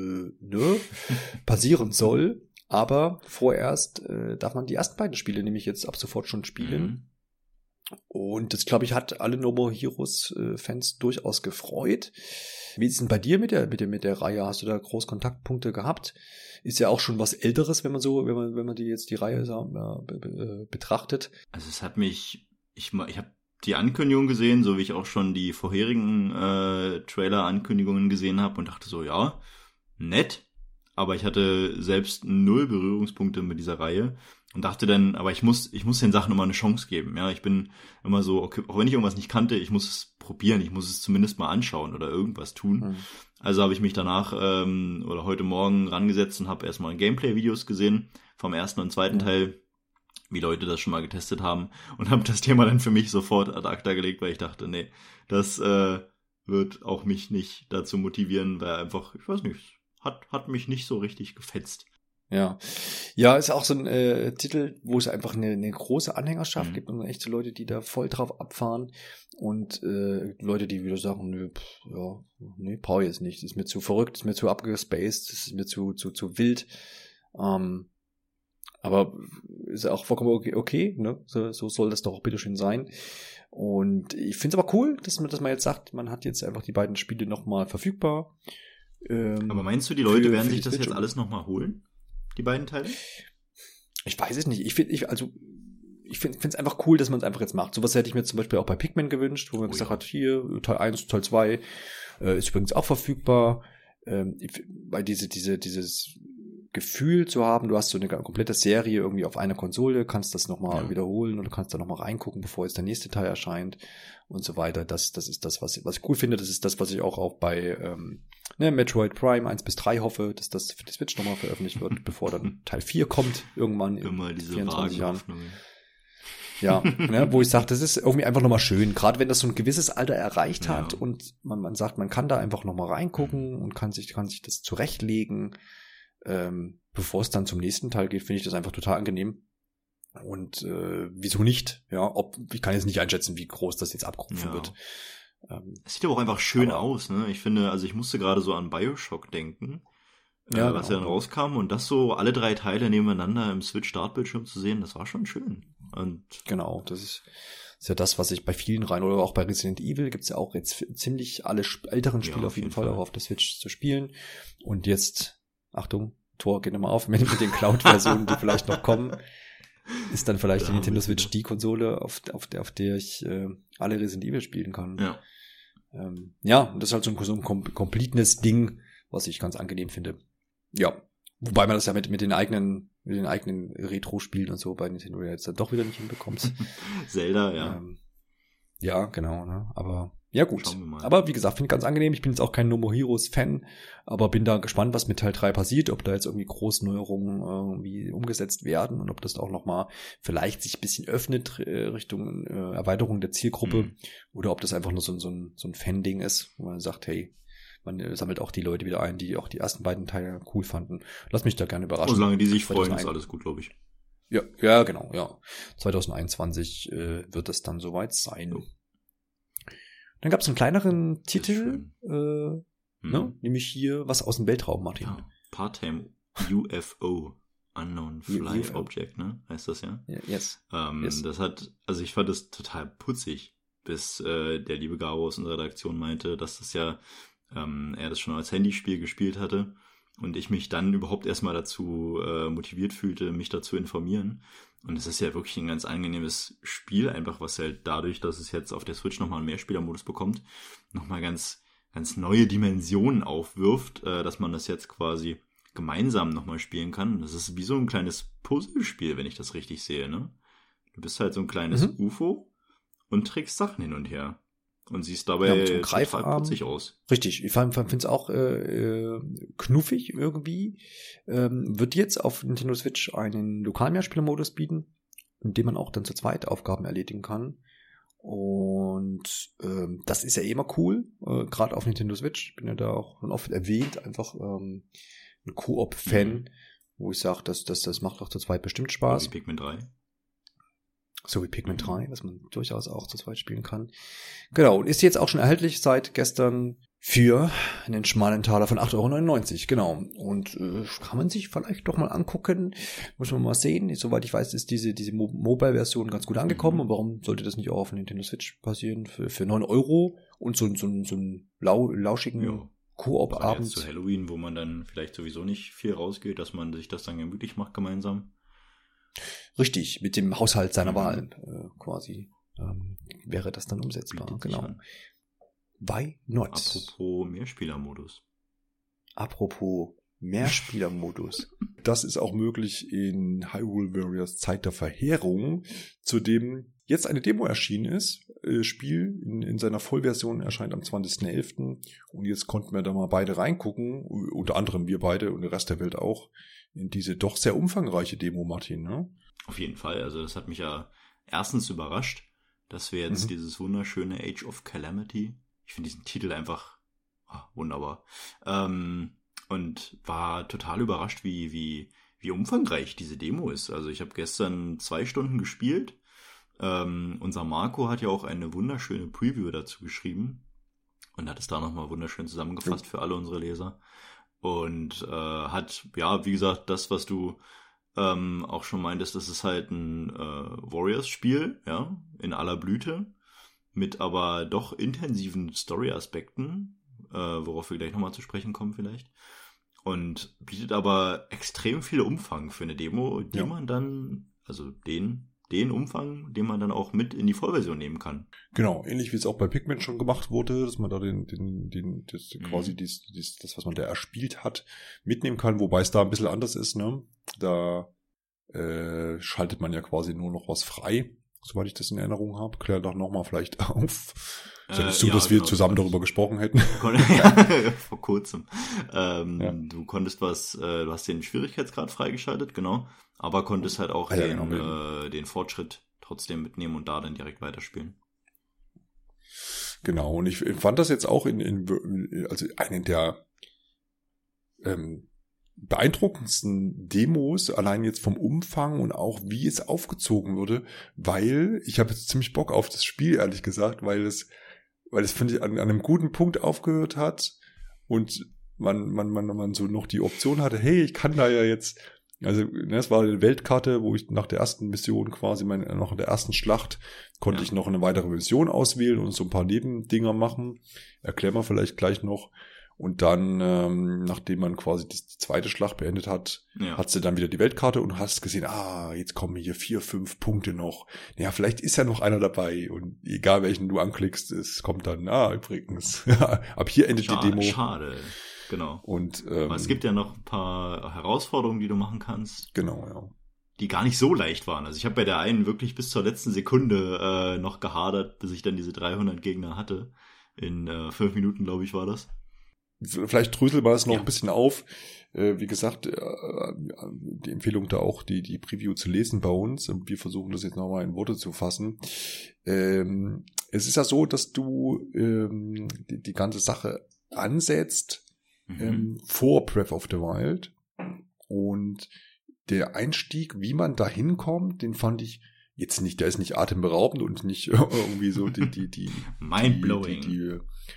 passieren soll. Aber vorerst darf man die ersten beiden Spiele nämlich jetzt ab sofort schon spielen. Und das, glaube ich, hat alle No More Heroes Fans durchaus gefreut. Wie ist es denn bei dir mit der Reihe? Hast du da groß Kontaktpunkte gehabt? Ist ja auch schon was Älteres, wenn man die Reihe betrachtet. Also es hat mich, ich habe die Ankündigung gesehen, so wie ich auch schon die vorherigen Trailer-Ankündigungen gesehen habe und dachte so, ja, nett. Aber ich hatte selbst 0 Berührungspunkte mit dieser Reihe und dachte dann, aber ich muss den Sachen immer eine Chance geben. Ja, ich bin immer so, okay, auch wenn ich irgendwas nicht kannte, ich muss es probieren, ich muss es zumindest mal anschauen oder irgendwas tun. Also habe ich mich danach oder heute Morgen rangesetzt und habe erstmal Gameplay-Videos gesehen vom 1. und 2. Teil, wie Leute das schon mal getestet haben und habe das Thema dann für mich sofort ad acta gelegt, weil ich dachte, nee, das wird auch mich nicht dazu motivieren, weil einfach, ich weiß nicht, hat mich nicht so richtig gefetzt. Ja, ist auch so ein Titel, wo es einfach eine große Anhängerschaft gibt und echt so Leute, die da voll drauf abfahren und Leute, die wieder sagen, brauche ich jetzt nicht, das ist mir zu verrückt, das ist mir zu abgespaced, das ist mir zu wild. Aber ist auch vollkommen okay, ne? So soll das doch auch bitteschön sein. Und ich finde es aber cool, dass man jetzt sagt, man hat jetzt einfach die beiden Spiele nochmal verfügbar. Aber meinst du, die Leute werden sich das jetzt alles nochmal holen? Die beiden Teile? Ich weiß es nicht. ich finde es einfach cool, dass man es einfach jetzt macht. Sowas hätte ich mir zum Beispiel auch bei Pikmin gewünscht, wo man gesagt hat, hier, Teil 1, Teil 2, ist übrigens auch verfügbar. Weil dieses Gefühl zu haben, du hast so eine komplette Serie irgendwie auf einer Konsole, kannst das nochmal wiederholen und du kannst da nochmal reingucken, bevor jetzt der nächste Teil erscheint und so weiter. Das ist das, was ich cool finde. Das ist das, was ich auch bei Metroid Prime 1 bis 3 hoffe, dass das für die Switch nochmal veröffentlicht wird, bevor dann Teil 4 kommt, irgendwann in 24 Jahren. Ja, ne, wo ich sage, das ist irgendwie einfach nochmal schön, gerade wenn das so ein gewisses Alter erreicht hat und man sagt, man kann da einfach nochmal reingucken und kann sich das zurechtlegen. Bevor es dann zum nächsten Teil geht, finde ich das einfach total angenehm. Und wieso nicht? Ja, ich kann jetzt nicht einschätzen, wie groß das jetzt abgerufen wird. Es sieht aber auch einfach schön aus, ne? Ich finde, also ich musste gerade so an BioShock denken, was ja dann rauskam und das so alle 3 Teile nebeneinander im Switch-Startbildschirm zu sehen, das war schon schön. Und genau, das ist ja das, was ich bei vielen rein, oder auch bei Resident Evil gibt's ja auch jetzt ziemlich alle älteren Spiele auf jeden Fall auch auf der Switch zu spielen. Und jetzt, Achtung, Tor geht nochmal auf, mit den Cloud-Versionen, die vielleicht noch kommen, ist dann vielleicht die Nintendo Switch die Konsole, auf der ich alle Resident Evil spielen kann. Ja, das ist halt so ein Completeness-Ding, was ich ganz angenehm finde. Ja, wobei man das ja mit den eigenen Retro-Spielen und so bei Nintendo jetzt dann doch wieder nicht hinbekommt. Zelda, ja. Ja, genau, ne? Aber ja gut. Aber wie gesagt, finde ich ganz angenehm. Ich bin jetzt auch kein No More Heroes Fan, aber bin da gespannt, was mit Teil 3 passiert, ob da jetzt irgendwie Neuerungen irgendwie umgesetzt werden und ob das auch nochmal vielleicht sich ein bisschen öffnet Richtung Erweiterung der Zielgruppe oder ob das einfach nur so ein Fan-Ding ist, wo man sagt, hey, man sammelt auch die Leute wieder ein, die auch die ersten beiden Teile cool fanden. Lass mich da gerne überraschen. Solange die sich freuen, ist alles gut, glaube ich. Ja, genau, ja. 2021 wird es dann soweit sein. Oh. Dann gab es einen kleineren Titel, ne? Nämlich hier was aus dem Weltraum, Martin. Ja, Part-Time UFO, Unknown Fly Object, ne? Heißt das ja? Yes. Das ich fand das total putzig, bis der liebe Garo aus unserer Redaktion meinte, dass das ja er das schon als Handyspiel gespielt hatte und ich mich dann überhaupt erstmal dazu motiviert fühlte, mich dazu zu informieren. Und es ist ja wirklich ein ganz angenehmes Spiel, einfach was halt dadurch, dass es jetzt auf der Switch nochmal einen Mehrspielermodus bekommt, nochmal ganz, ganz neue Dimensionen aufwirft, dass man das jetzt quasi gemeinsam nochmal spielen kann. Das ist wie so ein kleines Puzzlespiel, wenn ich das richtig sehe, ne? Du bist halt so ein kleines UFO und trägst Sachen hin und her. Und siehst dabei total putzig aus. Richtig, ich finde es auch knuffig irgendwie. Wird jetzt auf Nintendo Switch einen Lokalmehrspielermodus bieten, in dem man auch dann zu zweit Aufgaben erledigen kann. Und das ist ja immer cool, gerade auf Nintendo Switch. Ich bin ja da auch schon oft erwähnt, einfach ein Koop-Fan, wo ich sage, das macht auch zu zweit bestimmt Spaß. Wie Pikmin 3. So wie Pikmin 3, was man durchaus auch zu zweit spielen kann. Genau, und ist jetzt auch schon erhältlich seit gestern für einen schmalen Taler von 8,99 €. Genau. Und kann man sich vielleicht doch mal angucken. Muss man mal sehen. Soweit ich weiß, ist diese Mobile-Version ganz gut angekommen. Und warum sollte das nicht auch auf Nintendo Switch passieren? Für 9 € und so einen lauschigen Koop-Abend. Zu Halloween, wo man dann vielleicht sowieso nicht viel rausgeht, dass man sich das dann gemütlich macht gemeinsam. Richtig, mit dem Haushalt seiner Wahl quasi wäre das dann umsetzbar. Genau. Why not? Apropos Mehrspielermodus. Das ist auch möglich in Hyrule Warriors Zeit der Verheerung, zu dem jetzt eine Demo erschienen ist. Spiel in seiner Vollversion erscheint am 20.11. Und jetzt konnten wir da mal beide reingucken, unter anderem wir beide und der Rest der Welt auch, in diese doch sehr umfangreiche Demo, Martin, ne? Auf jeden Fall. Also das hat mich ja erstens überrascht, dass wir jetzt dieses wunderschöne Age of Calamity, ich finde diesen Titel einfach wunderbar, und war total überrascht, wie umfangreich diese Demo ist. Also ich habe gestern 2 Stunden gespielt. Unser Marco hat ja auch eine wunderschöne Preview dazu geschrieben und hat es da nochmal wunderschön zusammengefasst für alle unsere Leser. Und hat, ja, wie gesagt, das, was du auch schon meintest, das ist halt ein Warriors-Spiel, ja, in aller Blüte, mit aber doch intensiven Story-Aspekten, worauf wir gleich nochmal zu sprechen kommen vielleicht. Und bietet aber extrem viel Umfang für eine Demo, die man dann, also den den Umfang, den man dann auch mit in die Vollversion nehmen kann. Genau, ähnlich wie es auch bei Pikmin schon gemacht wurde, dass man da quasi das, was man da erspielt hat, mitnehmen kann, wobei es da ein bisschen anders ist, ne? Da schaltet man ja quasi nur noch was frei, soweit ich das in Erinnerung habe. Klär doch nochmal vielleicht auf. Ist ja nicht so, dass wir zusammen darüber gesprochen hätten. Vor kurzem. Du konntest du hast den Schwierigkeitsgrad freigeschaltet, genau, aber konntest halt auch den Fortschritt trotzdem mitnehmen und da dann direkt weiterspielen. Genau, und ich fand das jetzt auch also einen der beeindruckendsten Demos, allein jetzt vom Umfang und auch wie es aufgezogen wurde, weil ich habe jetzt ziemlich Bock auf das Spiel, ehrlich gesagt, weil es finde ich an einem guten Punkt aufgehört hat und man so noch die Option hatte, hey, ich kann da ja jetzt, also es war eine Weltkarte, wo ich nach der ersten Mission quasi, noch in der ersten Schlacht, konnte ich noch eine weitere Mission auswählen und so ein paar Nebendinger machen, erklären wir vielleicht gleich noch. Und dann, nachdem man quasi die zweite Schlacht beendet hat, hast du dann wieder die Weltkarte und hast gesehen, jetzt kommen hier 4, 5 Punkte noch. Ja, vielleicht ist ja noch einer dabei und egal welchen du anklickst, es kommt dann, übrigens, ab hier endet die Demo. Schade, genau. Und, aber es gibt ja noch ein paar Herausforderungen, die du machen kannst. Genau, ja. Die gar nicht so leicht waren. Also ich habe bei der einen wirklich bis zur letzten Sekunde noch gehadert, bis ich dann diese 300 Gegner hatte. In 5 Minuten, glaube ich, war das. Vielleicht dröseln wir es noch ein bisschen auf. Wie gesagt, die Empfehlung da auch, die Preview zu lesen bei uns. Und wir versuchen das jetzt nochmal in Worte zu fassen. Es ist ja so, dass du die ganze Sache ansetzt vor Breath of the Wild. Und der Einstieg, wie man da hinkommt, den fand ich jetzt nicht, der ist nicht atemberaubend und nicht irgendwie so die Mindblowing.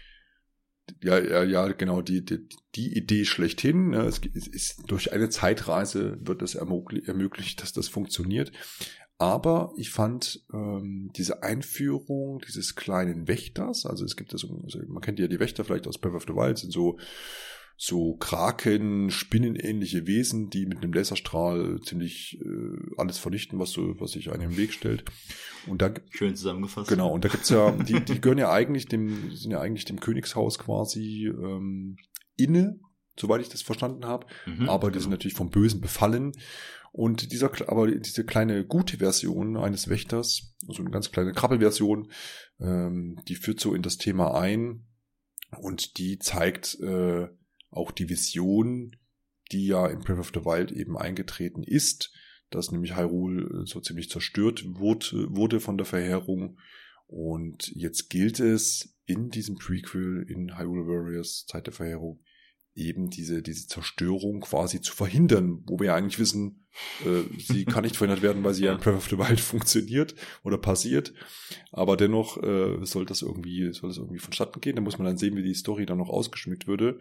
Ja, genau, die Idee schlechthin. Es ist durch eine Zeitreise wird es ermöglicht, dass das funktioniert. Aber ich fand diese Einführung dieses kleinen Wächters, also es gibt also man kennt ja die Wächter vielleicht aus Breath of the Wild, sind so Kraken, spinnenähnliche Wesen, die mit einem Laserstrahl ziemlich alles vernichten, was sich einem im Weg stellt. Und da schön zusammengefasst. Genau, und da gibt's ja, die gehören ja eigentlich sind ja eigentlich dem Königshaus quasi inne, soweit ich das verstanden habe. Aber die sind natürlich vom Bösen befallen. Und diese kleine gute Version eines Wächters, also eine ganz kleine Krabbelversion, die führt so in das Thema ein und die zeigt auch die Vision, die ja in Breath of the Wild eben eingetreten ist, dass nämlich Hyrule so ziemlich zerstört wurde von der Verheerung. Und jetzt gilt es in diesem Prequel in Hyrule Warriors Zeit der Verheerung eben diese Zerstörung quasi zu verhindern, wo wir ja eigentlich wissen, sie kann nicht verhindert werden, weil sie ja in Breath of the Wild funktioniert oder passiert. Aber dennoch soll das irgendwie vonstatten gehen. Da muss man dann sehen, wie die Story dann noch ausgeschmückt wird.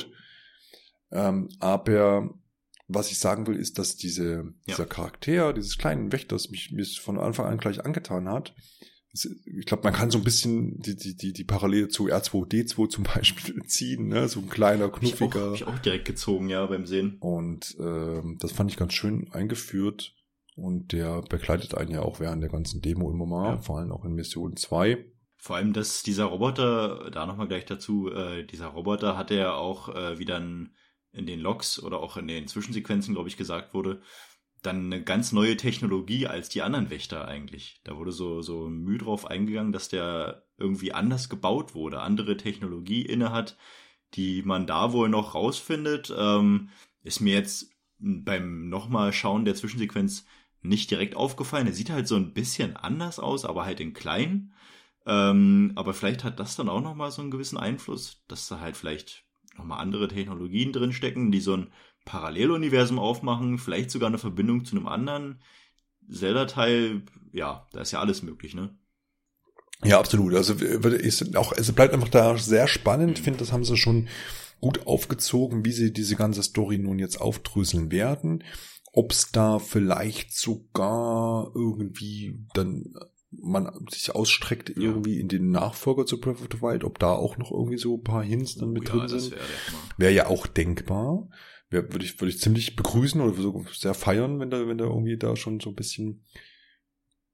Aber was ich sagen will, ist, dass dieser Charakter, dieses kleinen Wächters, mich von Anfang an gleich angetan hat. Ich glaube, man kann so ein bisschen die Parallele zu R2D2 zum Beispiel ziehen, ne? So ein kleiner, knuffiger. Hab ich auch direkt gezogen, ja, beim Sehen. Und das fand ich ganz schön eingeführt. Und der begleitet einen ja auch während der ganzen Demo immer mal, vor allem auch in Mission 2. Vor allem, dass dieser Roboter, da nochmal gleich dazu, dieser Roboter hatte ja auch, wie dann in den Logs oder auch in den Zwischensequenzen, glaube ich, gesagt wurde, dann eine ganz neue Technologie als die anderen Wächter eigentlich. Da wurde so Mühe drauf eingegangen, dass der irgendwie anders gebaut wurde, andere Technologie innehat, die man da wohl noch rausfindet. Ist mir jetzt beim nochmal Schauen der Zwischensequenz nicht direkt aufgefallen. Er sieht halt so ein bisschen anders aus, aber halt in klein. Aber vielleicht hat das dann auch nochmal so einen gewissen Einfluss, dass da halt vielleicht nochmal andere Technologien drinstecken, die so ein Paralleluniversum aufmachen, vielleicht sogar eine Verbindung zu einem anderen Zelda-Teil. Ja, da ist ja alles möglich, ne? Ja, absolut. Also es bleibt einfach da sehr spannend. Ich finde, das haben sie schon gut aufgezogen, wie sie diese ganze Story nun jetzt aufdröseln werden. Ob es da vielleicht sogar irgendwie dann man sich ausstreckt irgendwie in den Nachfolger zu Breath of the Wild, ob da auch noch irgendwie so ein paar Hints dann mit drin sind. Wäre ja auch denkbar. Würde ich ziemlich begrüßen oder so sehr feiern, wenn da irgendwie da schon so ein bisschen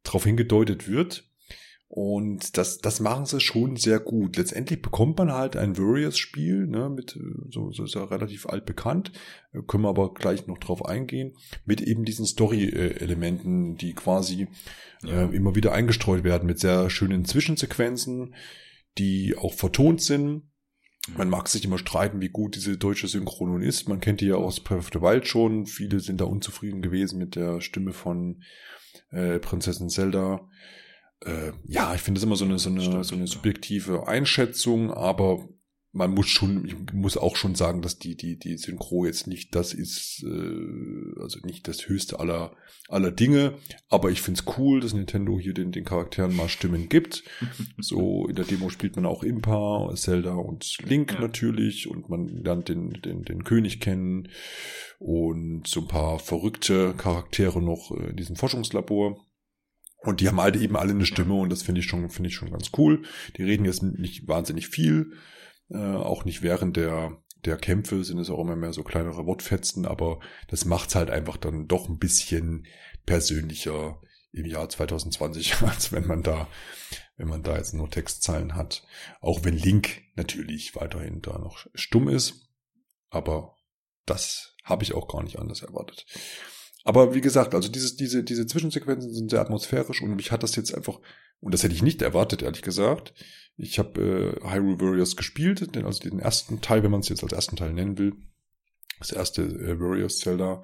darauf hingedeutet wird. Und das machen sie schon sehr gut. Letztendlich bekommt man halt ein Warriors-Spiel, ne, mit, so ist ja relativ altbekannt, können wir aber gleich noch drauf eingehen, mit eben diesen Story-Elementen, die quasi immer wieder eingestreut werden, mit sehr schönen Zwischensequenzen, die auch vertont sind. Man mag sich immer streiten, wie gut diese deutsche Synchronon ist. Man kennt die ja aus Breath of the Wild schon. Viele sind da unzufrieden gewesen mit der Stimme von Prinzessin Zelda. Ich finde das immer so eine subjektive Einschätzung, aber ich muss auch schon sagen, dass die Synchro jetzt nicht das ist, also nicht das höchste aller Dinge, aber ich finde es cool, dass Nintendo hier den Charakteren mal Stimmen gibt. So in der Demo spielt man auch Impa, Zelda und Link natürlich, und man lernt den König kennen und so ein paar verrückte Charaktere noch in diesem Forschungslabor. Und die haben halt eben alle eine Stimme, und das finde ich schon ganz cool. Die reden jetzt nicht wahnsinnig viel, auch nicht während der Kämpfe sind es auch immer mehr so kleinere Wortfetzen, aber das macht's halt einfach dann doch ein bisschen persönlicher im Jahr 2020, als wenn man da jetzt nur Textzeilen hat. Auch wenn Link natürlich weiterhin da noch stumm ist, aber das habe ich auch gar nicht anders erwartet. Aber wie gesagt, also diese Zwischensequenzen sind sehr atmosphärisch, und mich hat das jetzt einfach, und das hätte ich nicht erwartet, ehrlich gesagt. Ich habe Hyrule Warriors gespielt, also den ersten Teil, wenn man es jetzt als ersten Teil nennen will. Das erste Warriors Zelda.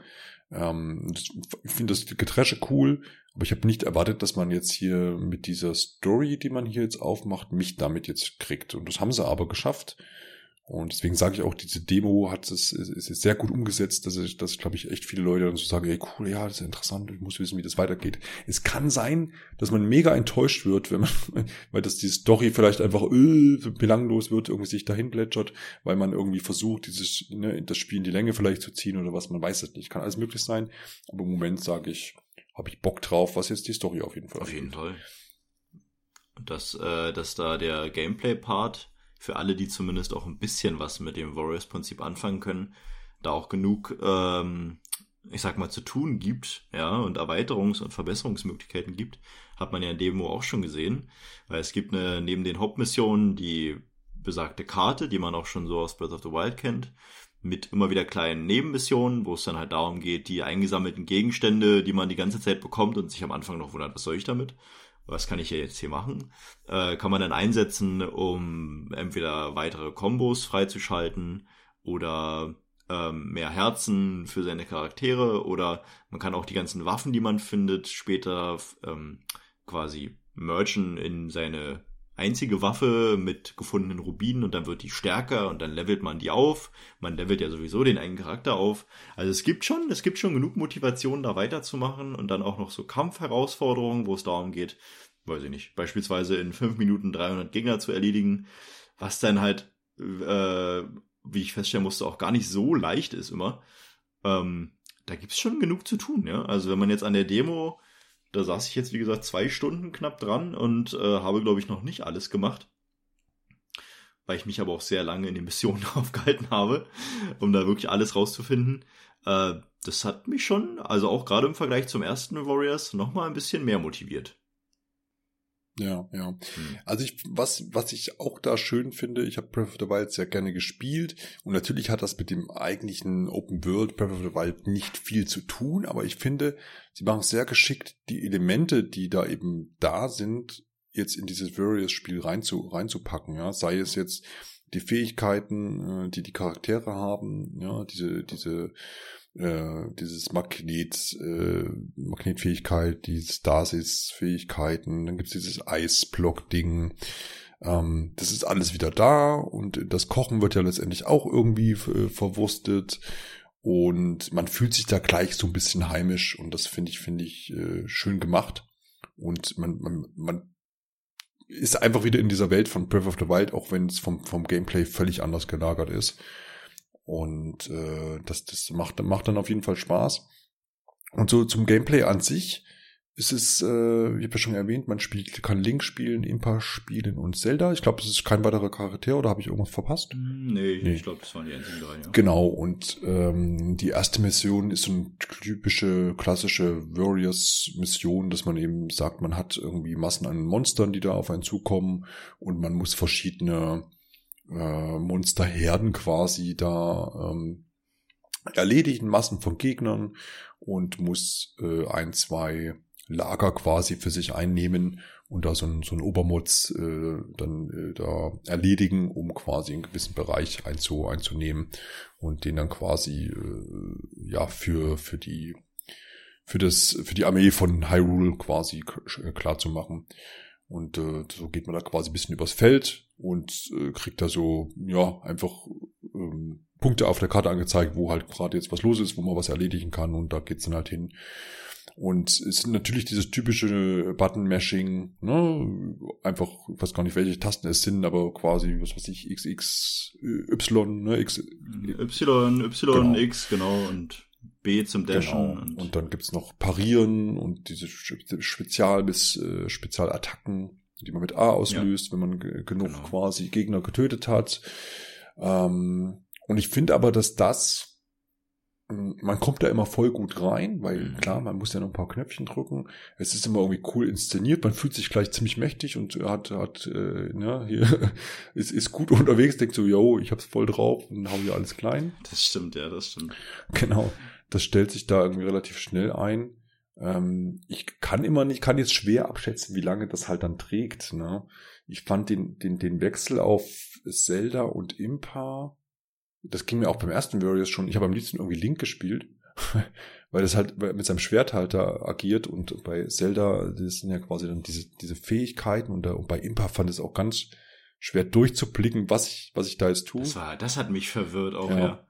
Ich finde das Getresche cool, aber ich habe nicht erwartet, dass man jetzt hier mit dieser Story, die man hier jetzt aufmacht, mich damit jetzt kriegt. Und das haben sie aber geschafft. Und deswegen sage ich auch, diese Demo ist sehr gut umgesetzt, dass glaube ich, echt viele Leute dann so sagen, ey, cool, ja, das ist interessant, ich muss wissen, wie das weitergeht. Es kann sein, dass man mega enttäuscht wird, weil das die Story vielleicht einfach belanglos wird, irgendwie sich dahin plätschert, weil man irgendwie versucht, das Spiel in die Länge vielleicht zu ziehen oder was, man weiß es nicht. Kann alles möglich sein, aber im Moment sage ich, habe ich Bock drauf, was jetzt die Story auf jeden Fall. Auf jeden Fall. Und dass da der Gameplay-Part für alle, die zumindest auch ein bisschen was mit dem Warriors-Prinzip anfangen können, da auch genug, ich sag mal, zu tun gibt, ja, und Erweiterungs- und Verbesserungsmöglichkeiten gibt, hat man ja in Demo auch schon gesehen, weil es gibt neben den Hauptmissionen die besagte Karte, die man auch schon so aus Breath of the Wild kennt, mit immer wieder kleinen Nebenmissionen, wo es dann halt darum geht, die eingesammelten Gegenstände, die man die ganze Zeit bekommt und sich am Anfang noch wundert, was soll ich damit? Was kann ich ja jetzt hier machen? Kann man dann einsetzen, um entweder weitere Kombos freizuschalten oder mehr Herzen für seine Charaktere, oder man kann auch die ganzen Waffen, die man findet, später quasi mergen in seine einzige Waffe mit gefundenen Rubinen, und dann wird die stärker und dann levelt man die auf. Man levelt ja sowieso den eigenen Charakter auf. Also es gibt schon genug Motivation, da weiterzumachen, und dann auch noch so Kampfherausforderungen, wo es darum geht, weiß ich nicht, beispielsweise in 5 Minuten 300 Gegner zu erledigen, was dann halt, wie ich feststellen musste, auch gar nicht so leicht ist immer. Da gibt's schon genug zu tun, ja. Also wenn man jetzt an der Demo, da saß ich jetzt, wie gesagt, 2 Stunden knapp dran und habe, glaube ich, noch nicht alles gemacht. Weil ich mich aber auch sehr lange in den Missionen aufgehalten habe, um da wirklich alles rauszufinden. Das hat mich schon, also auch gerade im Vergleich zum ersten Warriors, nochmal ein bisschen mehr motiviert. Ja. Also was ich auch da schön finde, ich habe Breath of the Wild sehr gerne gespielt, und natürlich hat das mit dem eigentlichen Open World Breath of the Wild nicht viel zu tun, aber ich finde, sie machen es sehr geschickt, die Elemente, die da eben da sind, jetzt in dieses Warriors-Spiel reinzupacken, ja, sei es jetzt die Fähigkeiten, die Charaktere haben, ja, dieses Magnetfähigkeit, diese Stasis-Fähigkeiten, dann gibt's dieses Eisblock-Ding. Das ist alles wieder da, und das Kochen wird ja letztendlich auch irgendwie verwurstet, und man fühlt sich da gleich so ein bisschen heimisch, und das finde ich schön gemacht, und man ist einfach wieder in dieser Welt von Breath of the Wild, auch wenn es vom Gameplay völlig anders gelagert ist. Und das macht dann auf jeden Fall Spaß. Und so zum Gameplay an sich, ich habe ja schon erwähnt, kann Link spielen, Impa spielen und Zelda. Ich glaube, es ist kein weiterer Charakter, oder habe ich irgendwas verpasst? Nee. Ich glaube, das waren die einzigen 3, ja. Genau, und die erste Mission ist so eine typische, klassische Warriors-Mission, dass man eben sagt, man hat irgendwie Massen an Monstern, die da auf einen zukommen und man muss verschiedene Monsterherden quasi da erledigen, Massen von Gegnern, und muss 1, 2 Lager quasi für sich einnehmen und da so ein Obermods da erledigen, um quasi einen gewissen Bereich einzunehmen und den dann quasi für die Armee von Hyrule quasi klar zu machen. Und so geht man da quasi ein bisschen übers Feld und kriegt da so einfach Punkte auf der Karte angezeigt, wo halt gerade jetzt was los ist, wo man was erledigen kann, und da geht's dann halt hin. Und es sind natürlich dieses typische Button-Mashing, ne? Einfach, ich weiß gar nicht, welche Tasten es sind, aber quasi, was weiß ich, XX, Y, ne? Y, genau. X, genau, und B zum Dashen. Genau. Und dann gibt's noch Parieren und diese Spezialattacken, die man mit A auslöst, wenn man genug quasi Gegner getötet hat. Und ich finde aber, dass man kommt da immer voll gut rein, weil klar, man muss ja noch ein paar Knöpfchen drücken. Es ist immer irgendwie cool inszeniert. Man fühlt sich gleich ziemlich mächtig und ist gut unterwegs. Denkt so, yo, ich hab's voll drauf und hau hier alles klein. Das stimmt, ja, das stimmt. Genau, das stellt sich da irgendwie relativ schnell ein. Ich kann jetzt schwer abschätzen, wie lange das halt dann trägt. Ne? Ich fand den Wechsel auf Zelda und Impa, das ging mir auch beim ersten Warriors schon. Ich habe am liebsten irgendwie Link gespielt, weil das halt mit seinem Schwert halt da agiert, und bei Zelda, das sind ja quasi dann diese Fähigkeiten, und bei Impa fand es auch ganz schwer durchzublicken, was ich da jetzt tue. Das hat mich verwirrt auch, ja.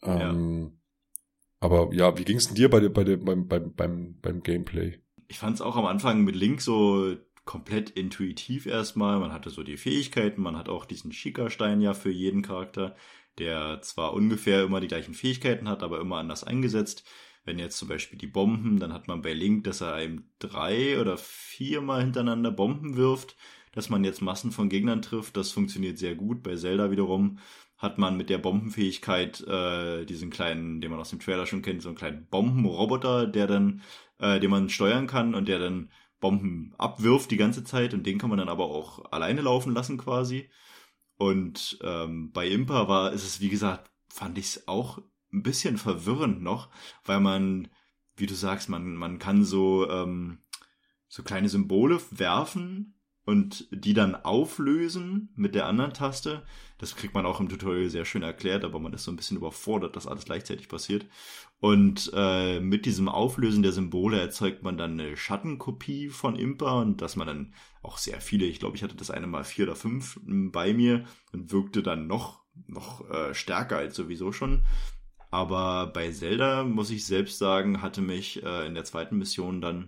Aber ja, wie ging's denn dir beim Gameplay? Ich fand's auch am Anfang mit Link so komplett intuitiv erstmal. Man hatte so die Fähigkeiten, man hat auch diesen Schickerstein ja für jeden Charakter, der zwar ungefähr immer die gleichen Fähigkeiten hat, aber immer anders eingesetzt. Wenn jetzt zum Beispiel die Bomben, dann hat man bei Link, dass er einem 3 oder 4 Mal hintereinander Bomben wirft, dass man jetzt Massen von Gegnern trifft. Das funktioniert sehr gut. Bei Zelda wiederum hat man mit der Bombenfähigkeit diesen kleinen, den man aus dem Trailer schon kennt, so einen kleinen Bombenroboter, der dann, den man steuern kann und der dann Bomben abwirft die ganze Zeit, und den kann man dann aber auch alleine laufen lassen quasi. Und bei Impa ist es, wie gesagt, fand ich es auch ein bisschen verwirrend noch, weil man, wie du sagst, man kann so kleine Symbole werfen und die dann auflösen mit der anderen Taste. Das kriegt man auch im Tutorial sehr schön erklärt, aber man ist so ein bisschen überfordert, dass alles gleichzeitig passiert. Und mit diesem Auflösen der Symbole erzeugt man dann eine Schattenkopie von Impa, und dass man dann auch sehr viele, ich glaube, ich hatte das eine Mal 4 oder 5 bei mir und wirkte dann noch stärker als sowieso schon. Aber bei Zelda, muss ich selbst sagen, hatte mich in der zweiten Mission dann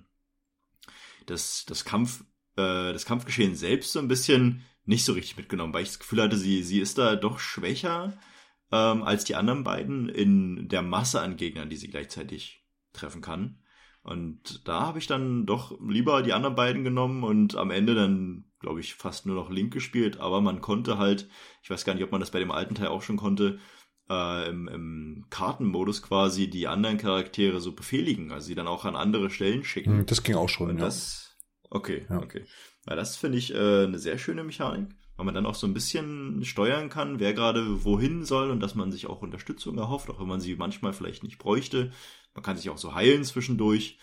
das Kampfgeschehen selbst so ein bisschen nicht so richtig mitgenommen, weil ich das Gefühl hatte, sie ist da doch schwächer als die anderen beiden in der Masse an Gegnern, die sie gleichzeitig treffen kann. Und da habe ich dann doch lieber die anderen beiden genommen und am Ende dann, glaube ich, fast nur noch Link gespielt. Aber man konnte halt, ich weiß gar nicht, ob man das bei dem alten Teil auch schon konnte, im Kartenmodus quasi die anderen Charaktere so befehligen, also sie dann auch an andere Stellen schicken. Das ging auch schon, und Okay. Ja, das finde ich eine sehr schöne Mechanik, weil man dann auch so ein bisschen steuern kann, wer gerade wohin soll, und dass man sich auch Unterstützung erhofft, auch wenn man sie manchmal vielleicht nicht bräuchte. Man kann sich auch so heilen zwischendurch,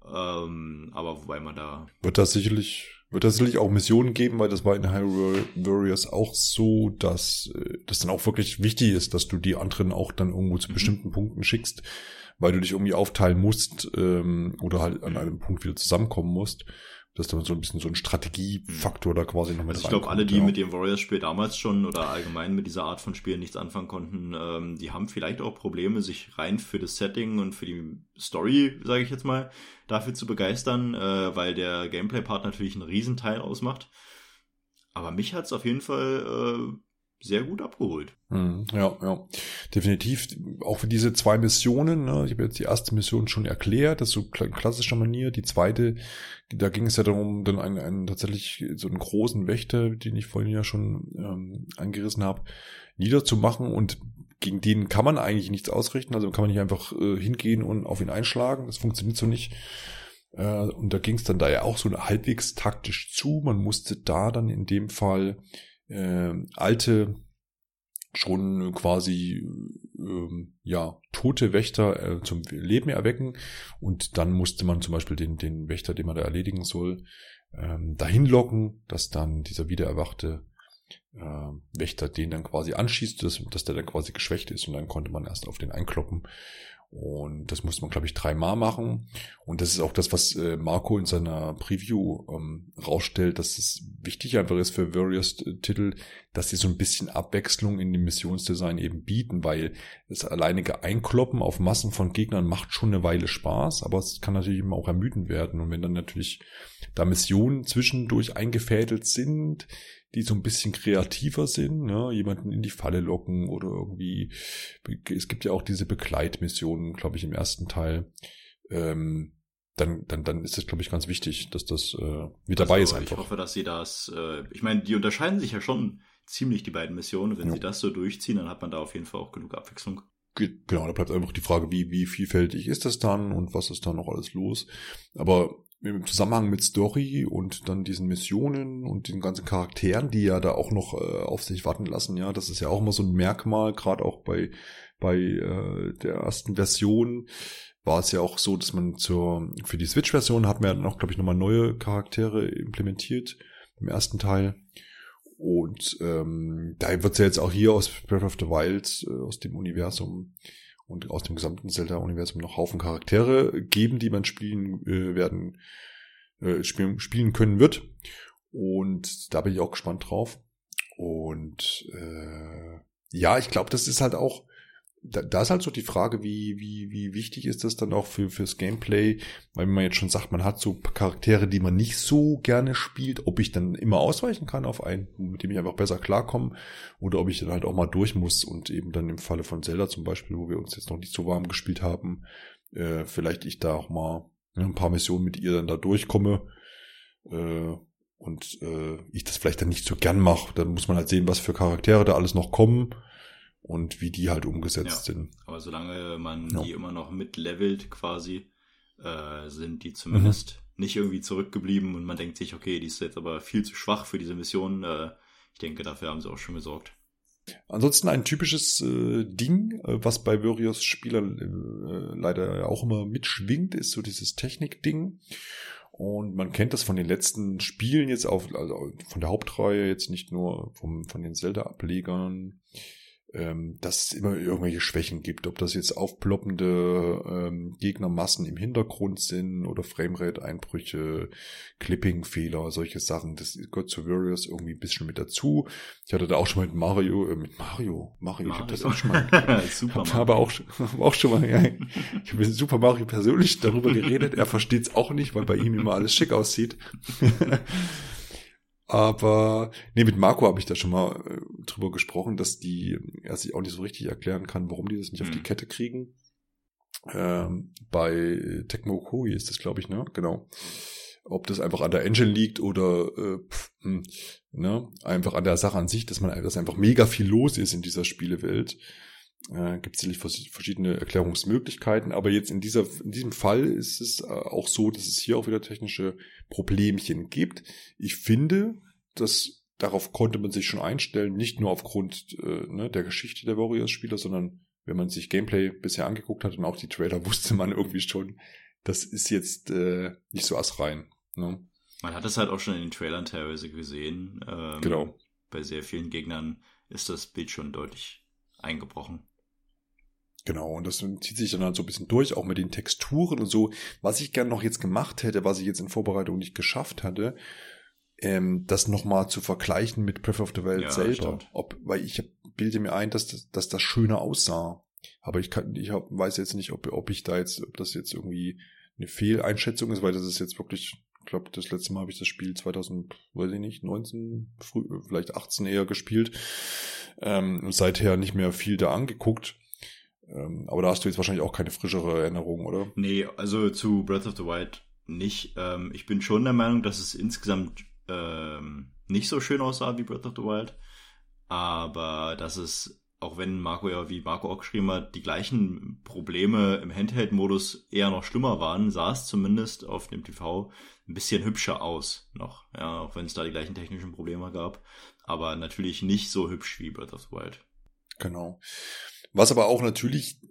aber wobei man da... Wird das sicherlich auch Missionen geben, weil das war in Hyrule Warriors auch so, dass das dann auch wirklich wichtig ist, dass du die anderen auch dann irgendwo zu bestimmten Punkten schickst, weil du dich irgendwie aufteilen musst oder halt an einem Punkt wieder zusammenkommen musst. Das ist dann so ein bisschen so ein Strategiefaktor da quasi noch mit reinkommt. Ich glaube, alle, die mit dem Warriors-Spiel damals schon oder allgemein mit dieser Art von Spielen nichts anfangen konnten, die haben vielleicht auch Probleme, sich rein für das Setting und für die Story, sage ich jetzt mal, dafür zu begeistern, weil der Gameplay-Part natürlich einen Riesenteil ausmacht. Aber mich hat's auf jeden Fall sehr gut abgeholt. Ja, definitiv. Auch für diese 2 Missionen, ne? Ich habe jetzt die erste Mission schon erklärt, das ist so in klassischer Manier. Die zweite, da ging es ja darum, dann einen tatsächlich so einen großen Wächter, den ich vorhin ja schon angerissen habe, niederzumachen, und gegen den kann man eigentlich nichts ausrichten, also kann man nicht einfach hingehen und auf ihn einschlagen, das funktioniert so nicht. Und da ging es dann da ja auch so halbwegs taktisch zu. Man musste da dann in dem Fall alte, schon quasi tote Wächter zum Leben erwecken, und dann musste man zum Beispiel den Wächter, den man da erledigen soll, dahin locken, dass dann dieser wiedererwachte Wächter den dann quasi anschießt, dass der dann quasi geschwächt ist, und dann konnte man erst auf den einkloppen. Und das musste man, glaube ich, 3-mal machen. Und das ist auch das, was Marco in seiner Preview rausstellt, dass es wichtig einfach ist für Warriors-Titel, dass sie so ein bisschen Abwechslung in dem Missionsdesign eben bieten, weil das alleinige Einkloppen auf Massen von Gegnern macht schon eine Weile Spaß, aber es kann natürlich immer auch ermüdend werden. Und wenn dann natürlich da Missionen zwischendurch eingefädelt sind, die so ein bisschen kreativer sind, ne, jemanden in die Falle locken oder irgendwie, es gibt ja auch diese Begleitmissionen, glaube ich, im ersten Teil, dann ist das, glaube ich, ganz wichtig, dass das mit dabei ist einfach. Ich hoffe, dass sie das, ich meine, die unterscheiden sich ja schon ziemlich, die beiden Missionen. Wenn sie das so durchziehen, dann hat man da auf jeden Fall auch genug Abwechslung. Genau, da bleibt einfach die Frage, wie vielfältig ist das dann und was ist da noch alles los. Aber im Zusammenhang mit Story und dann diesen Missionen und den ganzen Charakteren, die ja da auch noch auf sich warten lassen, ja, das ist ja auch immer so ein Merkmal, gerade auch bei der ersten Version war es ja auch so, dass man für die Switch-Version hat man ja dann auch, glaube ich, nochmal neue Charaktere implementiert im ersten Teil. Und da wird es ja jetzt auch hier aus Breath of the Wild, aus dem Universum und aus dem gesamten Zelda-Universum noch Haufen Charaktere geben, die man spielen können wird. Und da bin ich auch gespannt drauf. Und ich glaube, das ist halt auch, da ist halt so die Frage, wie wichtig ist das dann auch fürs Gameplay, weil man jetzt schon sagt, man hat so Charaktere, die man nicht so gerne spielt, ob ich dann immer ausweichen kann auf einen, mit dem ich einfach besser klarkomme, oder ob ich dann halt auch mal durch muss und eben dann im Falle von Zelda zum Beispiel, wo wir uns jetzt noch nicht so warm gespielt haben, vielleicht ich da auch mal ein paar Missionen mit ihr dann da durchkomme und ich das vielleicht dann nicht so gern mache. Dann muss man halt sehen, was für Charaktere da alles noch kommen und wie die halt umgesetzt sind. Aber solange man die immer noch mitlevelt quasi, sind die zumindest nicht irgendwie zurückgeblieben und man denkt sich, okay, die ist jetzt aber viel zu schwach für diese Mission. Ich denke, dafür haben sie auch schon gesorgt. Ansonsten ein typisches Ding, was bei Warriors-Spielern leider auch immer mitschwingt, ist so dieses Technik-Ding. Und man kennt das von den letzten Spielen jetzt also von der Hauptreihe, jetzt nicht nur von den Zelda-Ablegern, dass es immer irgendwelche Schwächen gibt, ob das jetzt aufploppende Gegnermassen im Hintergrund sind oder Framerate-Einbrüche, Clipping-Fehler, solche Sachen. Das gehört zu Warriors irgendwie ein bisschen mit dazu. Ich hatte da auch schon mal mit Mario, ich habe das auch schon mal, habe auch schon mal, ich habe mit Super Mario persönlich darüber geredet. Er versteht es auch nicht, weil bei ihm immer alles schick aussieht. Aber mit Marco habe ich da schon mal drüber gesprochen, dass er sich auch nicht so richtig erklären kann, warum die das nicht auf die Kette kriegen. Bei Tecmo Koei ist das, glaube ich, ne? Genau. Ob das einfach an der Engine liegt oder einfach an der Sache an sich, dass einfach mega viel los ist in dieser Spielewelt. Gibt es sicherlich verschiedene Erklärungsmöglichkeiten, aber jetzt in diesem Fall ist es auch so, dass es hier auch wieder technische Problemchen gibt. Ich finde, dass darauf konnte man sich schon einstellen, nicht nur aufgrund der Geschichte der Warriors-Spieler, sondern wenn man sich Gameplay bisher angeguckt hat und auch die Trailer, wusste man irgendwie schon, das ist jetzt nicht so astrein. Ne? Man hat es halt auch schon in den Trailern teilweise gesehen. Genau. Bei sehr vielen Gegnern ist das Bild schon deutlich eingebrochen. Genau, und das zieht sich dann halt so ein bisschen durch, auch mit den Texturen und so. Was ich gern noch jetzt gemacht hätte, was ich jetzt in Vorbereitung nicht geschafft hatte, das nochmal zu vergleichen mit Breath of the Wild selber. Weil ich bilde mir ein, dass das schöner aussah. Aber weiß jetzt nicht, ob das jetzt irgendwie eine Fehleinschätzung ist, weil das ist jetzt wirklich Ich glaube, das letzte Mal habe ich das Spiel 19, vielleicht 18 eher gespielt. Seither nicht mehr viel da angeguckt. Aber da hast du jetzt wahrscheinlich auch keine frischere Erinnerung, oder? Nee, also zu Breath of the Wild nicht. Ich bin schon der Meinung, dass es insgesamt nicht so schön aussah wie Breath of the Wild. Aber dass es, auch wenn Marco ja, wie Marco auch geschrieben hat, die gleichen Probleme im Handheld-Modus eher noch schlimmer waren, sah es zumindest auf dem TV ein bisschen hübscher aus noch. Ja, auch wenn es da die gleichen technischen Probleme gab. Aber natürlich nicht so hübsch wie Breath of the Wild. Genau. Was aber auch natürlich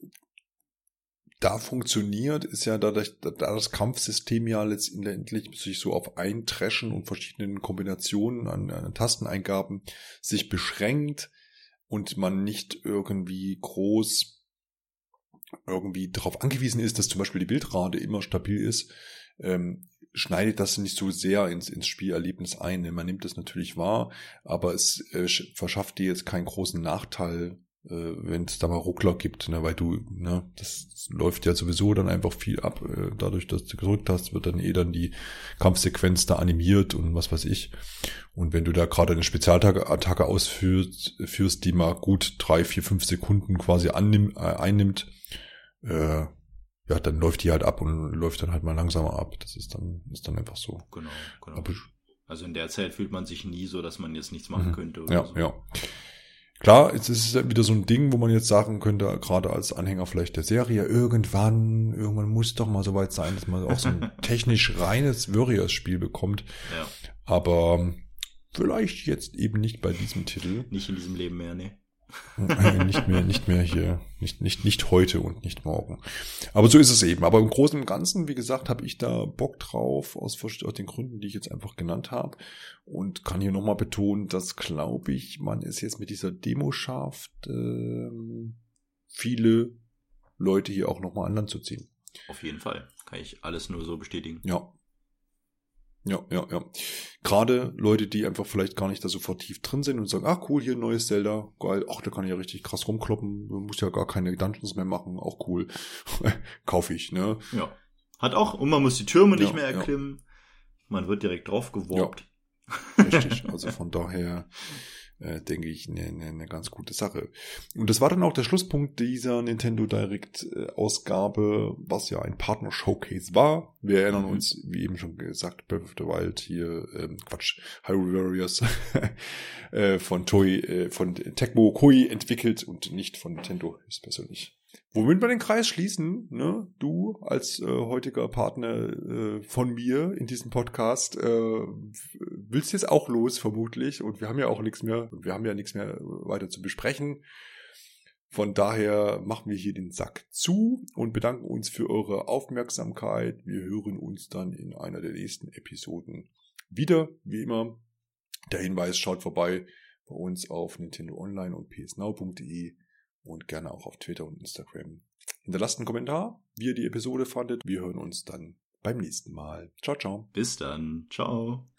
da funktioniert, ist ja da das Kampfsystem ja letztendlich sich so auf Eintreschen und verschiedenen Kombinationen an Tasteneingaben sich beschränkt und man nicht irgendwie groß irgendwie darauf angewiesen ist, dass zum Beispiel die Bildrate immer stabil ist, schneidet das nicht so sehr ins Spielerlebnis ein. Man nimmt das natürlich wahr, aber es verschafft dir jetzt keinen großen Nachteil, wenn es da mal Ruckler gibt, ne, weil du, ne, das läuft ja sowieso dann einfach viel ab, dadurch, dass du gedrückt hast, wird dann dann die Kampfsequenz da animiert und was weiß ich. Und wenn du da gerade eine Spezialattacke ausführst, die mal gut 3, 4, 5 Sekunden quasi einnimmt, ja, dann läuft die halt ab und läuft dann halt mal langsamer ab. Das ist dann einfach so. Genau. Aber, also in der Zeit fühlt man sich nie so, dass man jetzt nichts machen könnte. Oder ja, so. Ja. Klar, es ist wieder so ein Ding, wo man jetzt sagen könnte, gerade als Anhänger vielleicht der Serie, irgendwann muss doch mal so weit sein, dass man auch so ein technisch reines Warriors-Spiel bekommt. Ja. Aber vielleicht jetzt eben nicht bei diesem Titel. Nicht in diesem Leben mehr, ne? Nicht mehr hier, nicht heute und nicht morgen. Aber so ist es eben. Aber im Großen und Ganzen, wie gesagt, habe ich da Bock drauf, aus den Gründen, die ich jetzt einfach genannt habe. Und kann hier nochmal betonen, dass, glaube ich, man es jetzt mit dieser Demo schafft, viele Leute hier auch nochmal an Land zu ziehen. Auf jeden Fall. Kann ich alles nur so bestätigen. Ja. Gerade Leute, die einfach vielleicht gar nicht da so vertieft drin sind und sagen, ach cool, hier ein neues Zelda, geil, ach, da kann ich ja richtig krass rumkloppen, man muss ja gar keine Dungeons mehr machen, auch cool, kaufe ich, ne? Ja. Hat auch, und man muss die Türme nicht mehr erklimmen, man wird direkt drauf geworbt. Ja. Richtig, also von daher denke ich, eine ganz gute Sache. Und das war dann auch der Schlusspunkt dieser Nintendo Direct Ausgabe, was ja ein Partner-Showcase war. Wir erinnern uns, wie eben schon gesagt, Breath of the Wild hier, Hyrule Warriors von Tecmo Koei entwickelt und nicht von Nintendo höchstpersönlich. Womit wir den Kreis schließen, ne? Du als heutiger Partner von mir in diesem Podcast willst jetzt auch los, vermutlich. Und wir haben ja nichts mehr weiter zu besprechen. Von daher machen wir hier den Sack zu und bedanken uns für eure Aufmerksamkeit. Wir hören uns dann in einer der nächsten Episoden wieder. Wie immer, der Hinweis, schaut vorbei bei uns auf Nintendo Online und psnow.de. Und gerne auch auf Twitter und Instagram. Hinterlasst einen Kommentar, wie ihr die Episode fandet. Wir hören uns dann beim nächsten Mal. Ciao, ciao. Bis dann. Ciao.